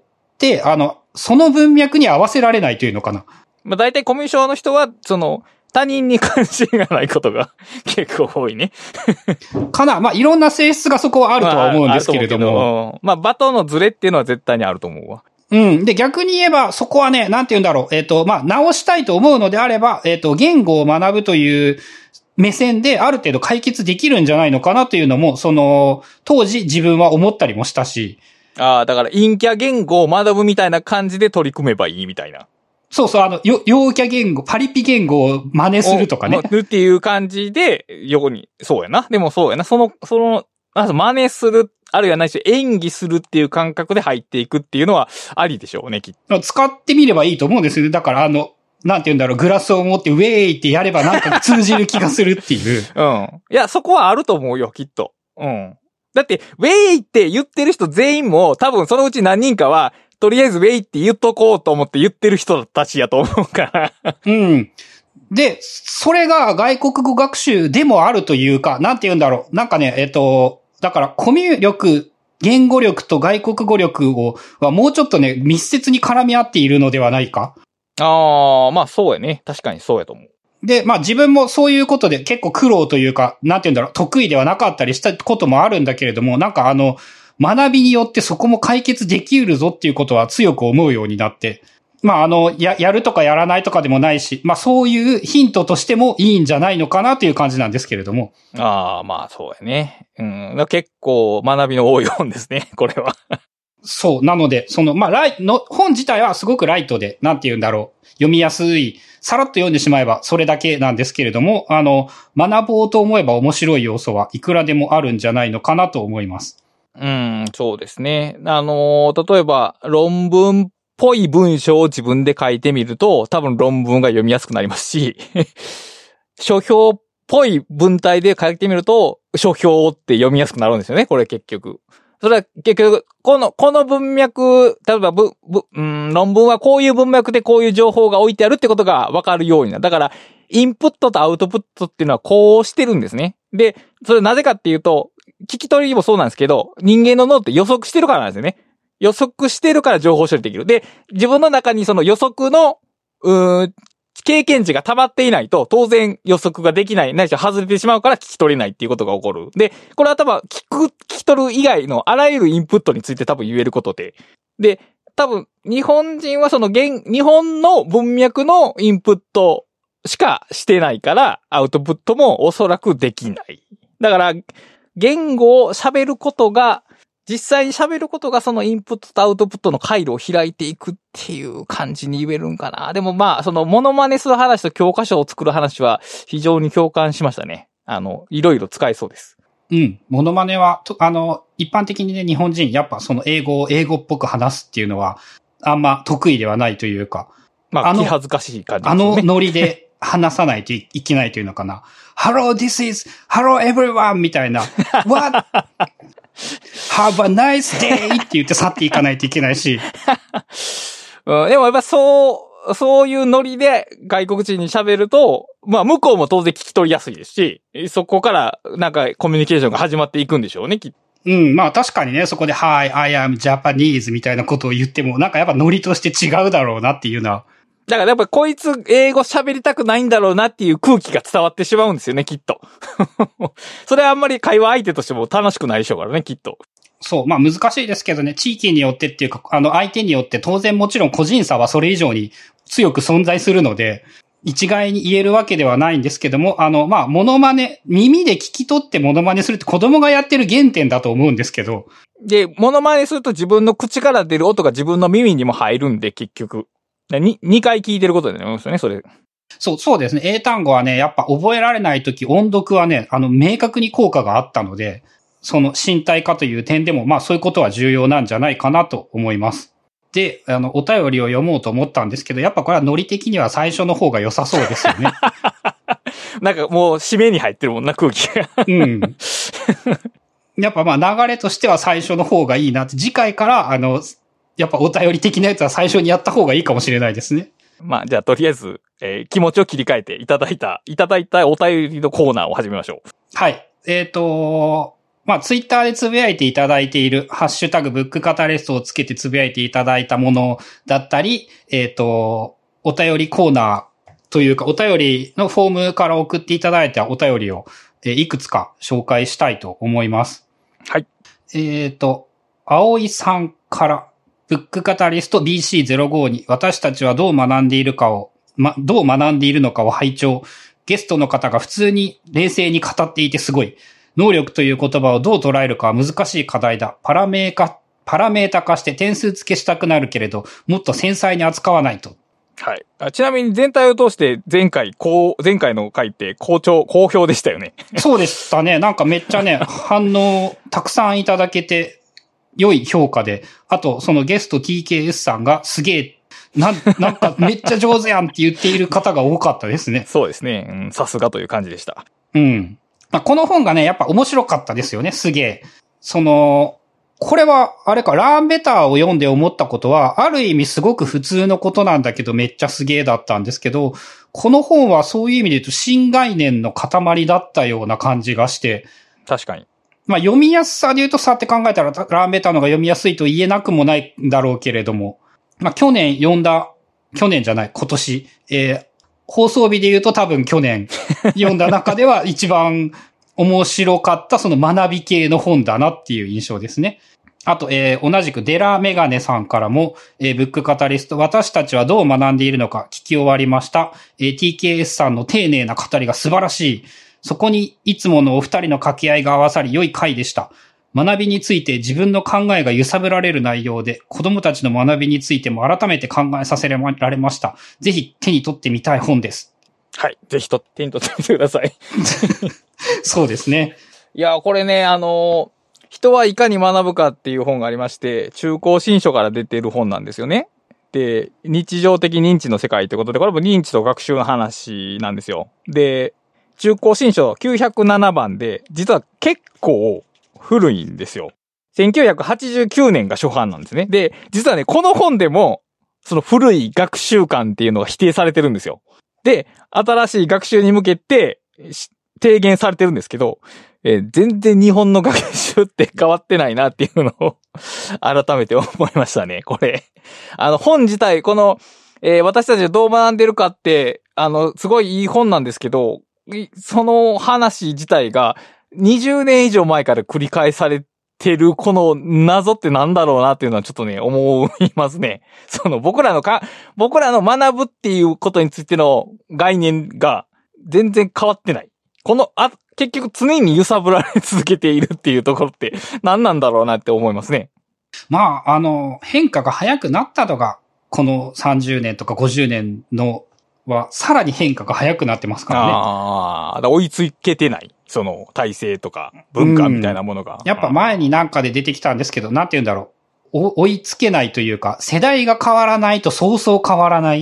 S1: あの、その文脈に合わせられないというのかな。
S2: まあ大体コミュ障の人は、その、他人に関心がないことが結構多いね。
S1: かな。まあいろんな性質がそこはあるとは思うんですけれども。
S2: まあ、あると思うけど、まあ場とのズレっていうのは絶対にあると思うわ。
S1: うん。で、逆に言えば、そこはね、なんて言うんだろう。えっと、まあ、直したいと思うのであれば、えっと、言語を学ぶという目線である程度解決できるんじゃないのかなというのも、その、当時自分は思ったりもしたし。
S2: ああ、だから陰キャ言語を学ぶみたいな感じで取り組めばいいみたいな。
S1: そうそう、あの、よ陽キャ言語、パリピ言語を真似するとかね。
S2: っていう感じで、横に、そうやな。でもそうやな。その、その、真似する。あるいはないし演技するっていう感覚で入っていくっていうのはありでしょうね、きっと。
S1: 使ってみればいいと思うんですよね。だからあの、なんて言うんだろう、グラスを持ってウェーイってやればなんか通じる気がするっていう。
S2: うん。いや、そこはあると思うよ、きっと。うん。だって、ウェイって言ってる人全員も多分そのうち何人かは、とりあえずウェイって言っとこうと思って言ってる人たちやと思うから。
S1: うん。で、それが外国語学習でもあるというか、なんて言うんだろう。なんかね、えっと、だからコミュ力、言語力と外国語力をはもうちょっとね、密接に絡み合っているのではないか。
S2: ああ、まあそうやね。確かにそうやと思う。
S1: で、まあ自分もそういうことで結構苦労というか、なんて言うんだろう、得意ではなかったりしたこともあるんだけれども、なんかあの、学びによってそこも解決できるぞっていうことは強く思うようになって、まああの、や、やるとかやらないとかでもないし、まあそういうヒントとしてもいいんじゃないのかなという感じなんですけれども。
S2: ああ、まあそうやね。うん。結構学びの多い本ですね、これは。
S1: そう。なので、その、まあ、ライの、本自体はすごくライトで、なんて言うんだろう。読みやすい。さらっと読んでしまえばそれだけなんですけれども、あの、学ぼうと思えば面白い要素はいくらでもあるんじゃないのかなと思います。
S2: うん、そうですね。あの、例えば、論文っぽい文章を自分で書いてみると、多分論文が読みやすくなりますし、書評っぽい文体で書いてみると、書評って読みやすくなるんですよね、これ結局。それは結局、この、この文脈、例えばぶ、ぶ、うん、論文はこういう文脈でこういう情報が置いてあるってことがわかるようになる。だから、インプットとアウトプットっていうのはこうしてるんですね。で、それなぜかっていうと、聞き取りもそうなんですけど、人間の脳って予測してるからなんですよね。予測してるから情報処理できる。で、自分の中にその予測の、うーん、経験値が溜まっていないと、当然予測ができない、ないしは外れてしまうから聞き取れないっていうことが起こる。で、これは多分、聞く、聞き取る以外のあらゆるインプットについて多分言えることで。で、多分、日本人はその現、日本の文脈のインプットしかしてないから、アウトプットもおそらくできない。だから、言語を喋ることが、実際に喋ることがそのインプットとアウトプットの回路を開いていくっていう感じに言えるんかな。でもまあ、そのモノマネする話と教科書を作る話は非常に共感しましたね。あの、いろいろ使えそうです。
S1: うん。モノマネは、あの、一般的にね、日本人、やっぱその英語を英語っぽく話すっていうのは、あんま得意ではないというか。
S2: まあ、気恥ずかしい感じ
S1: ですね。あのノリで話さないといけないというのかな。 Hello, this is, Hello everyone! みたいな。What? Have a nice day! って言って去っていかないといけないし。
S2: うん、でもやっぱそう、そういうノリで外国人に喋ると、まあ向こうも当然聞き取りやすいですし、そこからなんかコミュニケーションが始まっていくんでしょうね、きっと。
S1: うん、まあ確かにね、そこで Hi, I am Japanese みたいなことを言っても、なんかやっぱノリとして違うだろうなっていうのは。
S2: だからやっぱこいつ英語喋りたくないんだろうなっていう空気が伝わってしまうんですよね、きっと。それはあんまり会話相手としても楽しくないでしょうからね、きっと。
S1: そう、まあ難しいですけどね、地域によってっていうか、あの相手によって当然もちろん個人差はそれ以上に強く存在するので、一概に言えるわけではないんですけども、あの、まあ、モノマネ、耳で聞き取ってモノマネするって子供がやってる原点だと思うんですけど。
S2: で、モノマネすると自分の口から出る音が自分の耳にも入るんで、結局。に、二回聞いてることになりますよね、それ。
S1: そう、そうですね。英単語はね、やっぱ覚えられないとき、音読はね、あの、明確に効果があったので、その身体化という点でも、まあ、そういうことは重要なんじゃないかなと思います。で、あの、お便りを読もうと思ったんですけど、やっぱこれはノリ的には最初の方が良さそうですよね。
S2: なんかもう締めに入ってるもんな、空気が。
S1: うん。やっぱまあ流れとしては最初の方がいいなって、次回からあの、やっぱお便り的なやつは最初にやった方がいいかもしれないですね。
S2: まあ、じゃあとりあえず、えー、気持ちを切り替えていただいた、いただいたお便りのコーナーを始めましょう。
S1: はい。えっと、まあ、ツイッターでつぶやいていただいている、ハッシュタグブックカタレストをつけてつぶやいていただいたものだったり、えっと、お便りコーナーというか、お便りのフォームから送っていただいたお便りを、えー、いくつか紹介したいと思います。
S2: はい。
S1: えっと、葵さんから、ブックカタリスト ビーシーゼロご に私たちはどう学んでいるかを、ま、どう学んでいるのかを拝聴。ゲストの方が普通に冷静に語っていてすごい。能力という言葉をどう捉えるかは難しい課題だ。パラメータ、パラメータ化して点数付けしたくなるけれど、もっと繊細に扱わないと。
S2: はい。あ、ちなみに全体を通して前回、こう、前回の回って好調、好評でしたよね。
S1: そうでしたね。なんかめっちゃね、反応たくさんいただけて、良い評価で、あとそのゲスト ティーケーエス さんがすげえ、な、なんかめっちゃ上手やんって言っている方が多かったですね。
S2: そうですね。うん、さすがという感じでした。
S1: うん。まあ、この本がね、やっぱ面白かったですよね、すげえ。その、これは、あれか、ラーンベターを読んで思ったことは、ある意味すごく普通のことなんだけど、めっちゃすげえだったんですけど、この本はそういう意味で言うと、新概念の塊だったような感じがして。
S2: 確かに。
S1: まあ、読みやすさで言うと、さって考えたら、ラーンベターのが読みやすいと言えなくもないんだろうけれども、まあ、去年読んだ、去年じゃない、今年、えー、放送日で言うと多分去年読んだ中では一番面白かったその学び系の本だなっていう印象ですね。あと、えー、同じくデラメガネさんからも、えー、ブックカタリスト、私たちはどう学んでいるのか聞き終わりました。えー、ティーケーエス さんの丁寧な語りが素晴らしい。そこにいつものお二人の掛け合いが合わさり良い回でした。学びについて自分の考えが揺さぶられる内容で、子供たちの学びについても改めて考えさせられました。ぜひ手に取ってみたい本です。
S2: はい。ぜひと手に取ってみてください。
S1: そうですね。
S2: いや、これね、あの、人はいかに学ぶかっていう本がありまして、中高新書から出ている本なんですよね。で、日常的認知の世界ということで、これも認知と学習の話なんですよ。で、中高新書きゅうひゃくななばんで、実は結構古いんですよ。せんきゅうひゃくはちじゅうきゅうねんが初版なんですね。で、実はね、この本でも、その古い学習観っていうのが否定されてるんですよ。で、新しい学習に向けて、提言されてるんですけど、えー、全然日本の学習って変わってないなっていうのを改めて思いましたね、これ。あの、本自体、この、えー、私たちがどう学んでるかって、あの、すごいいい本なんですけど、その話自体がにじゅうねん以上前から繰り返されてるこの謎ってなんだろうなっていうのはちょっとね、思いますね。その僕らのか、僕らの学ぶっていうことについての概念が全然変わってない。この、あ、結局常に揺さぶられ続けているっていうところって何なんだろうなって思いますね。
S1: まあ、あの、変化が早くなったのが、このさんじゅうねんとかごじゅうねんのは、さらに変化が早くなってますからね。
S2: ああ、追いつけてない。その、体制とか、文化みたいなものが。
S1: やっぱ前になんかで出てきたんですけど、なんて言うんだろう。追いつけないというか、世代が変わらないとそうそう変わらない。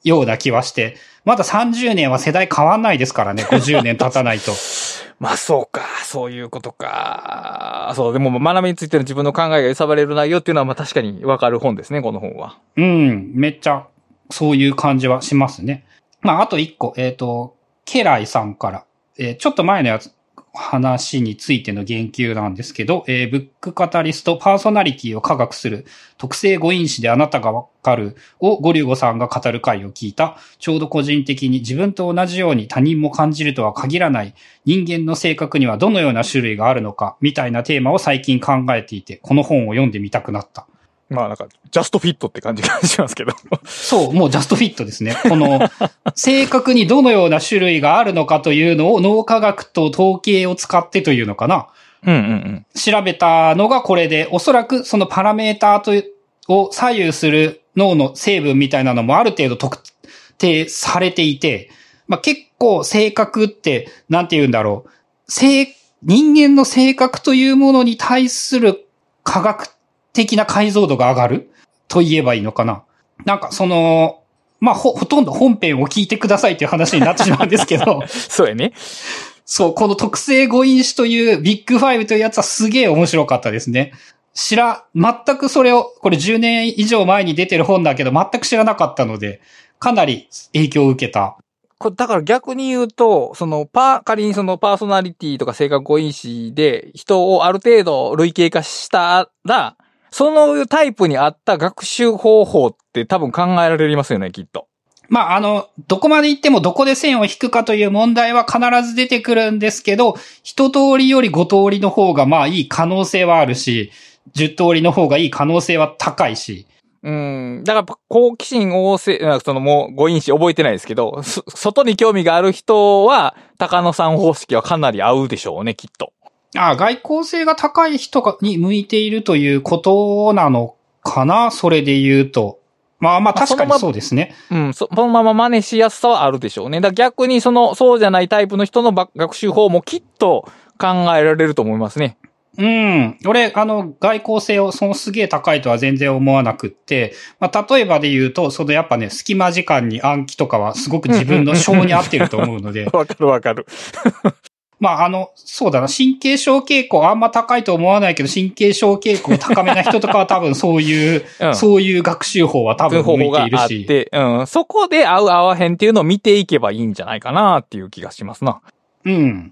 S1: ような気はして、まださんじゅうねんは世代変わんないですからね、ごじゅうねん経たないと。
S2: まあそうか、そういうことか。そう、でも学びについての自分の考えが揺さばれる内容っていうのはまあ確かにわかる本ですね、この本は。
S1: うん、めっちゃそういう感じはしますね。まああと一個、えっと、ケライさんから、えー、ちょっと前のやつ、話についての言及なんですけど、えー、ブックカタリストパーソナリティを科学する特性語因子であなたがわかるをゴリュゴさんが語る回を聞いた。ちょうど個人的に自分と同じように他人も感じるとは限らない人間の性格にはどのような種類があるのかみたいなテーマを最近考えていて、この本を読んでみたくなった。
S2: まあなんか、ジャストフィットって感じがしますけど。
S1: そう、もうジャストフィットですね。この、正確にどのような種類があるのかというのを脳科学と統計を使ってというのかな。
S2: うんうんうん。
S1: 調べたのがこれで、おそらくそのパラメーターとを左右する脳の成分みたいなのもある程度特定されていて、まあ、結構性格って、なんて言うんだろう。性、人間の性格というものに対する科学的な解像度が上がると言えばいいのかな。なんかその、まあ、ほ、ほとんど本編を聞いてくださいという話になってしまうんですけど。
S2: そうやね。
S1: そう、この特性語因子というビッグファイブというやつはすげえ面白かったですね。知ら、全くそれを、これじゅうねん以上前に出てる本だけど全く知らなかったので、かなり影響を受けた。
S2: これだから逆に言うと、そのパー、仮にそのパーソナリティとか性格語因子で人をある程度類型化したら、そのタイプに合った学習方法って多分考えられますよね、きっと。
S1: まあ、あの、どこまで行ってもどこで線を引くかという問題は必ず出てくるんですけど、一通りより五通りの方がまあいい可能性はあるし、十通りの方がいい可能性は高いし。
S2: うん。だから好奇心旺盛、そのもう語因子覚えてないですけど、外に興味がある人は高野さん方式はかなり合うでしょうね、きっと。
S1: ああ、外交性が高い人に向いているということなのかな、それで言うと。まあまあ確かにそうですね。
S2: うん、そのまま真似しやすさはあるでしょうね。だ逆にその、そうじゃないタイプの人の学習法もきっと考えられると思いますね。
S1: うん。俺、あの、外交性をそのすげえ高いとは全然思わなくって、まあ例えばで言うと、そのやっぱね、隙間時間に暗記とかはすごく自分の性に合ってると思うので。
S2: わかるわかる。
S1: まあ、あの、そうだな、神経症傾向あんま高いと思わないけど、神経症傾向高めな人とかは多分そういう、うん、そういう学習法は多分向いているし。
S2: で、うん。そこで合う合わへんっていうのを見ていけばいいんじゃないかなっていう気がしますな。
S1: うん。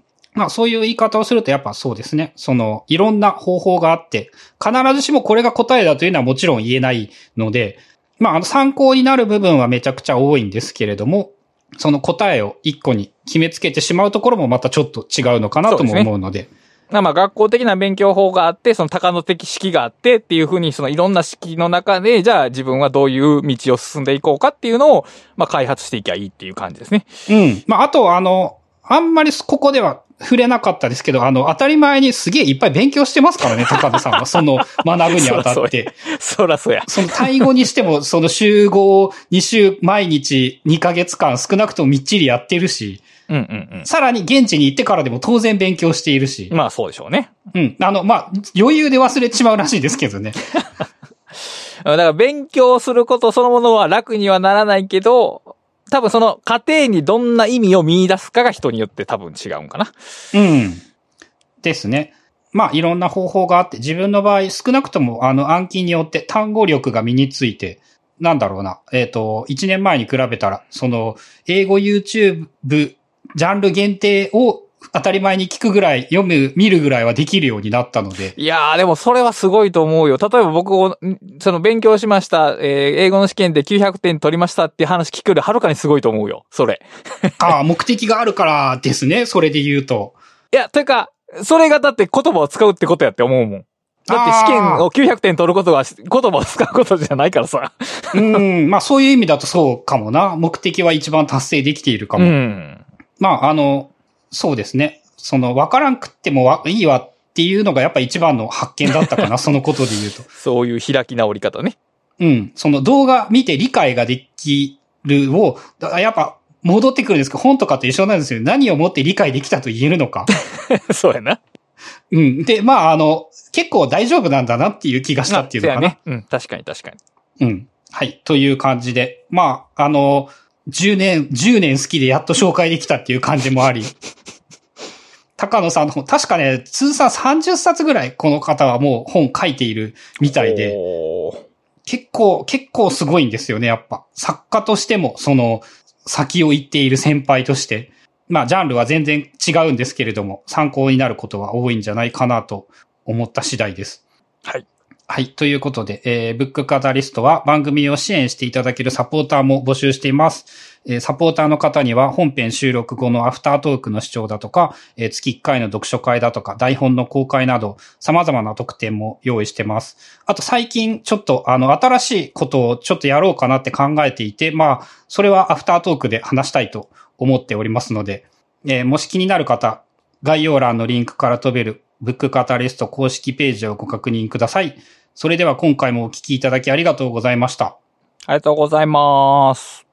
S1: まあそういう言い方をするとやっぱそうですね。その、いろんな方法があって、必ずしもこれが答えだというのはもちろん言えないので、まああの参考になる部分はめちゃくちゃ多いんですけれども、その答えを一個に決めつけてしまうところもまたちょっと違うのかなとも思うので。
S2: まあ学校的な勉強法があって、その高野的式があってっていうふうに、そのいろんな式の中で、じゃあ自分はどういう道を進んでいこうかっていうのを、まあ開発していきゃいいっていう感じですね。
S1: うん。まああとあの、あんまりここでは触れなかったですけど、あの、当たり前にすげえいっぱい勉強してますからね、高野さんは。その、学ぶにあたって。
S2: そらそうや。
S1: その、タイ語にしても、その、集合に週、毎日にかげつかん少なくともみっちりやってるし、
S2: うんうんうん。
S1: さらに現地に行ってからでも当然勉強しているし。
S2: まあそうでしょうね。
S1: うん。あの、まあ、余裕で忘れてしまうらしいですけどね。
S2: だから勉強することそのものは楽にはならないけど、多分その過程にどんな意味を見出すかが人によって多分違うんかな。
S1: うん。ですね。まあいろんな方法があって、自分の場合少なくともあの暗記によって単語力が身について、なんだろうな。えっと、いちねんまえに比べたら、その英語 YouTube ジャンル限定を当たり前に聞くぐらい、読む、見るぐらいはできるようになったので。
S2: いやー、でもそれはすごいと思うよ。例えば僕を、その勉強しました、えー、英語の試験できゅうひゃくてん取りましたっていう話聞くよりはるかにすごいと思うよ。それ。
S1: ああ、目的があるからですね。それで言うと。
S2: いや、というか、それがだって言葉を使うってことやって思うもん。だって試験をきゅうひゃくてん取ることは言葉を使うことじゃないからさ。
S1: うん、まあそういう意味だとそうかもな。目的は一番達成できているかも。
S2: うん。
S1: まああの、そうですね。その、わからんくってもいいわっていうのがやっぱ一番の発見だったかな、そのことで言うと。
S2: そういう開き直り方ね。
S1: うん。その動画見て理解ができるを、やっぱ戻ってくるんですけど、本とかと一緒なんですよ。何をもって理解できたと言えるのか。
S2: そうやな。
S1: うん。で、まああの、結構大丈夫なんだなっていう気がしたっていうのかな。
S2: ね。うん、確かに確かに。
S1: うん。 はい。という感じで。まあ、あの、じゅうねん、じゅうねん好きでやっと紹介できたっていう感じもあり。高野さんの本、確かね、通算さんじゅっさつぐらいこの方はもう本書いているみたいで。結構、結構すごいんですよね、やっぱ。作家としても、その、先を行っている先輩として。まあ、ジャンルは全然違うんですけれども、参考になることは多いんじゃないかなと思った次第です。
S2: はい。
S1: はい。ということで、えー、ブックカタリストは番組を支援していただけるサポーターも募集しています。えー、サポーターの方には本編収録後のアフタートークの視聴だとか、えー、月いっかいの読書会だとか、台本の公開など、様々な特典も用意してます。あと最近ちょっとあの、新しいことをちょっとやろうかなって考えていて、まあ、それはアフタートークで話したいと思っておりますので、えー、もし気になる方、概要欄のリンクから飛べるブックカタリスト公式ページをご確認ください。それでは今回もお聞きいただきありがとうございました。
S2: ありがとうございます。